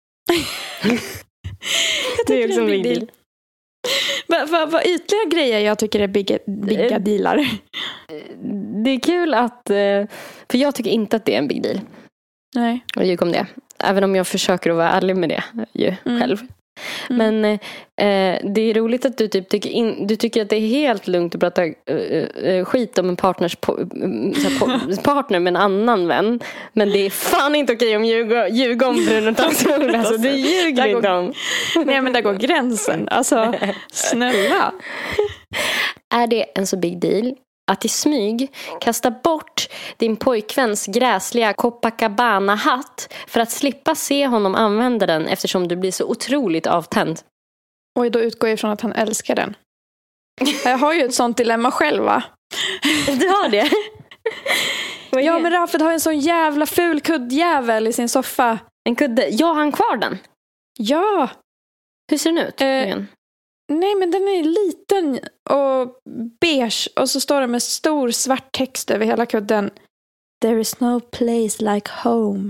Speaker 1: Jag
Speaker 2: det är också en big deal. deal.
Speaker 1: Vad, vad, vad ytliga grejer jag tycker är big, bigga dealar?
Speaker 2: Det är kul att... För jag tycker inte att det är en big deal.
Speaker 1: Nej.
Speaker 2: Och ljug om det. Även om jag försöker att vara ärlig med det ju, mm. själv. Mm. Men eh, det är roligt att du typ tycker, in, du tycker att det är helt lugnt att prata uh, uh, skit om en partners po, uh, po, partner med en annan vän. Men det är fan inte okej om ljuga, ljuga om brun och sol. Alltså det ljuger inte om.
Speaker 1: Nej, men där går gränsen. Alltså, snälla.
Speaker 2: Är det en så big deal att i smyg kasta bort din pojkväns gräsliga Copacabana-hatt för att slippa se honom använda den eftersom du blir så otroligt avtänd?
Speaker 1: Oj, då utgår jag ifrån att han älskar den. Jag har ju ett sånt dilemma själv, va?
Speaker 2: Du har det?
Speaker 1: Ja, men Rafet har en sån jävla ful kuddjävel i sin soffa.
Speaker 2: En kudde? Ja, han kvar den?
Speaker 1: Ja.
Speaker 2: Hur ser den ut?
Speaker 1: Eh, nej, men den är liten och beige. Och så står det med stor svart text över hela kudden. There is no place like home.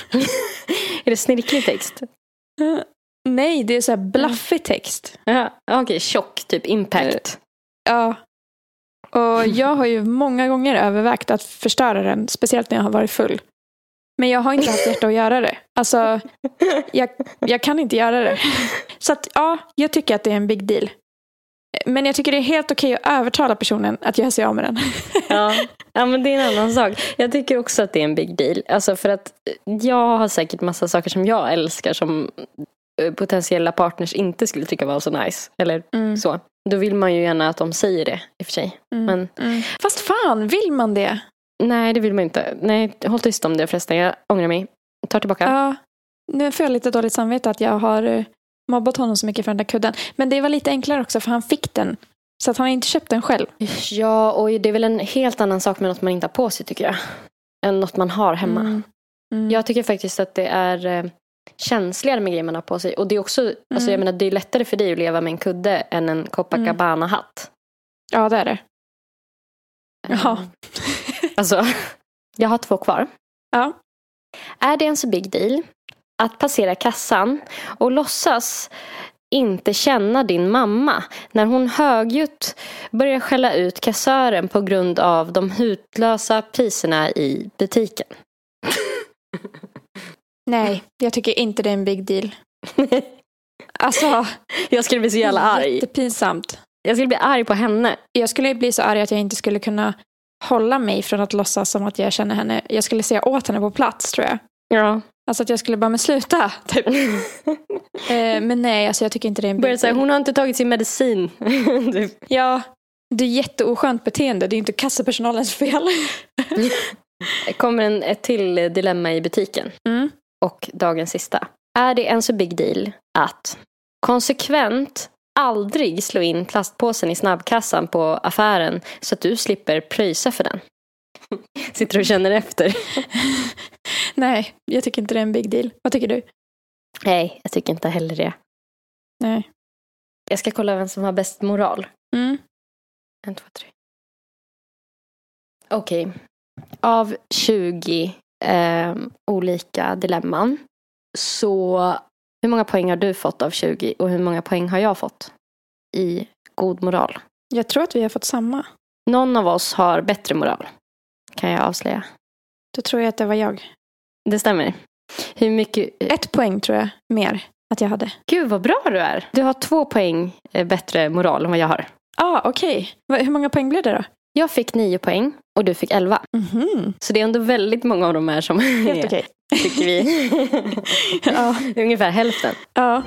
Speaker 2: Är det snirklig text?
Speaker 1: Uh, nej, det är så här bluffig text.
Speaker 2: Ja, okej, okay, tjock, typ impact.
Speaker 1: Uh, ja. Och jag har ju många gånger övervägt att förstöra den. Speciellt när jag har varit full. Men jag har inte haft hjärta att göra det. Alltså, jag, jag kan inte göra det. Så att, ja, jag tycker att det är en big deal. Men jag tycker det är helt okej att övertala personen att göra sig av med den.
Speaker 2: Ja, ja, men det är en annan sak. Jag tycker också att det är en big deal. Alltså för att jag har säkert massa saker som jag älskar som potentiella partners inte skulle tycka var så nice. Eller mm. så. Då vill man ju gärna att de säger det, i och för sig.
Speaker 1: Mm.
Speaker 2: Men,
Speaker 1: mm. Fast fan, vill man det?
Speaker 2: Nej, det vill man inte. Nej, håll tyst om det förresten. Jag ångrar mig. Tar tillbaka.
Speaker 1: Ja, nu får jag lite dåligt samvete att jag har mobbat honom så mycket för den där kudden. Men det var lite enklare också för han fick den. Så att han har inte köpt den själv.
Speaker 2: Ja, och det är väl en helt annan sak med något man inte har på sig, tycker jag. Än något man har hemma.
Speaker 1: Mm. Mm.
Speaker 2: Jag tycker faktiskt att det är eh, känsligare med grejer man har på sig. Och det är också, mm. alltså jag menar, det är lättare för dig att leva med en kudde än en Copacabana-hatt.
Speaker 1: Ja, det är det. Ja.
Speaker 2: Alltså, jag har två kvar.
Speaker 1: Ja.
Speaker 2: Är det en så big deal att passera kassan och låtsas inte känna din mamma när hon högljutt börjar skälla ut kassören på grund av de hutlösa priserna i butiken?
Speaker 1: Nej, jag tycker inte det är en big deal. Alltså,
Speaker 2: jag skulle bli så jävla arg.
Speaker 1: Jättepinsamt.
Speaker 2: Jag skulle bli arg på henne.
Speaker 1: Jag skulle bli så arg att jag inte skulle kunna hålla mig från att låtsas som att jag känner henne. Jag skulle säga åt henne på plats, tror jag.
Speaker 2: Ja.
Speaker 1: Alltså att jag skulle bara, men sluta, typ. eh, Men nej, alltså jag tycker inte det är en big deal.
Speaker 2: Hon har inte tagit sin medicin.
Speaker 1: Ja, det är jätteoskönt beteende. Det är inte kassapersonalens fel.
Speaker 2: Kommer en, ett till dilemma i butiken.
Speaker 1: Mm.
Speaker 2: Och dagens sista. Är det en så big deal att konsekvent aldrig slå in plastpåsen i snabbkassan på affären så att du slipper pröjsa för den? Sitter och känner efter.
Speaker 1: Nej, jag tycker inte det är en big deal. Vad tycker du?
Speaker 2: Nej, jag tycker inte heller det.
Speaker 1: Nej.
Speaker 2: Jag ska kolla vem som har bäst moral.
Speaker 1: Mm.
Speaker 2: En, två, tre. Okej. Okay. Av tjugo eh, olika dilemman, så hur många poäng har du fått av tjugo och hur många poäng har jag fått i god moral?
Speaker 1: Jag tror att vi har fått samma.
Speaker 2: Någon av oss har bättre moral, kan jag avslöja.
Speaker 1: Då tror jag att det var jag.
Speaker 2: Det stämmer. Hur mycket?
Speaker 1: Ett poäng tror jag mer att jag hade.
Speaker 2: Gud vad bra du är. Du har två poäng bättre moral än vad jag har.
Speaker 1: Ja, ah, okej. Okay. Hur många poäng blev det då?
Speaker 2: Jag fick nio poäng och du fick elva.
Speaker 1: Mm-hmm.
Speaker 2: Så det är ändå väldigt många av de här som
Speaker 1: helt
Speaker 2: är
Speaker 1: okay.
Speaker 2: tycker vi.
Speaker 1: Ja.
Speaker 2: Ungefär hälften.
Speaker 1: Ja.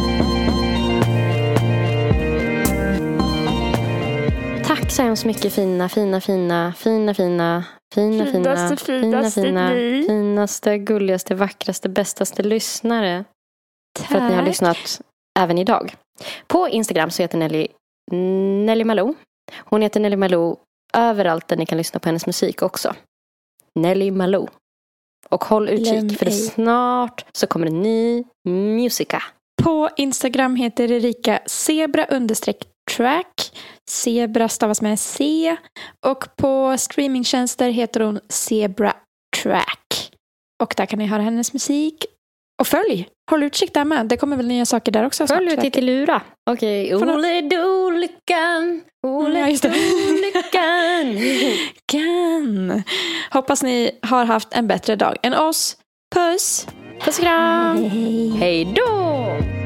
Speaker 2: Tack så hemskt mycket fina, fina, fina, fina, fina, fina,
Speaker 1: Finaste,
Speaker 2: fina,
Speaker 1: finaste
Speaker 2: fina,
Speaker 1: ni.
Speaker 2: finaste, gulligaste, vackraste, bästaste lyssnare.
Speaker 1: Tack.
Speaker 2: För att ni har lyssnat även idag. På Instagram så heter Nelly Nelly Malou. Hon heter Nelly Malou överallt där ni kan lyssna på hennes musik också. Nelly Malou. Och håll utkik för det snart så kommer en ny musika.
Speaker 1: På Instagram heter Erika zebra understreck track. Zebra stavas med C. Och på streamingtjänster heter hon Zebra Track. Och där kan ni höra hennes musik. Och följ, håll utkik där med. Det kommer väl nya saker där också.
Speaker 2: Följ ut till Lura. Okej, okay. Ole Dolikan. Ole Dolikan.
Speaker 1: Kan. Hoppas ni har haft en bättre dag än oss. Puss.
Speaker 2: Puss och kram.
Speaker 1: Hej.
Speaker 2: Hej då.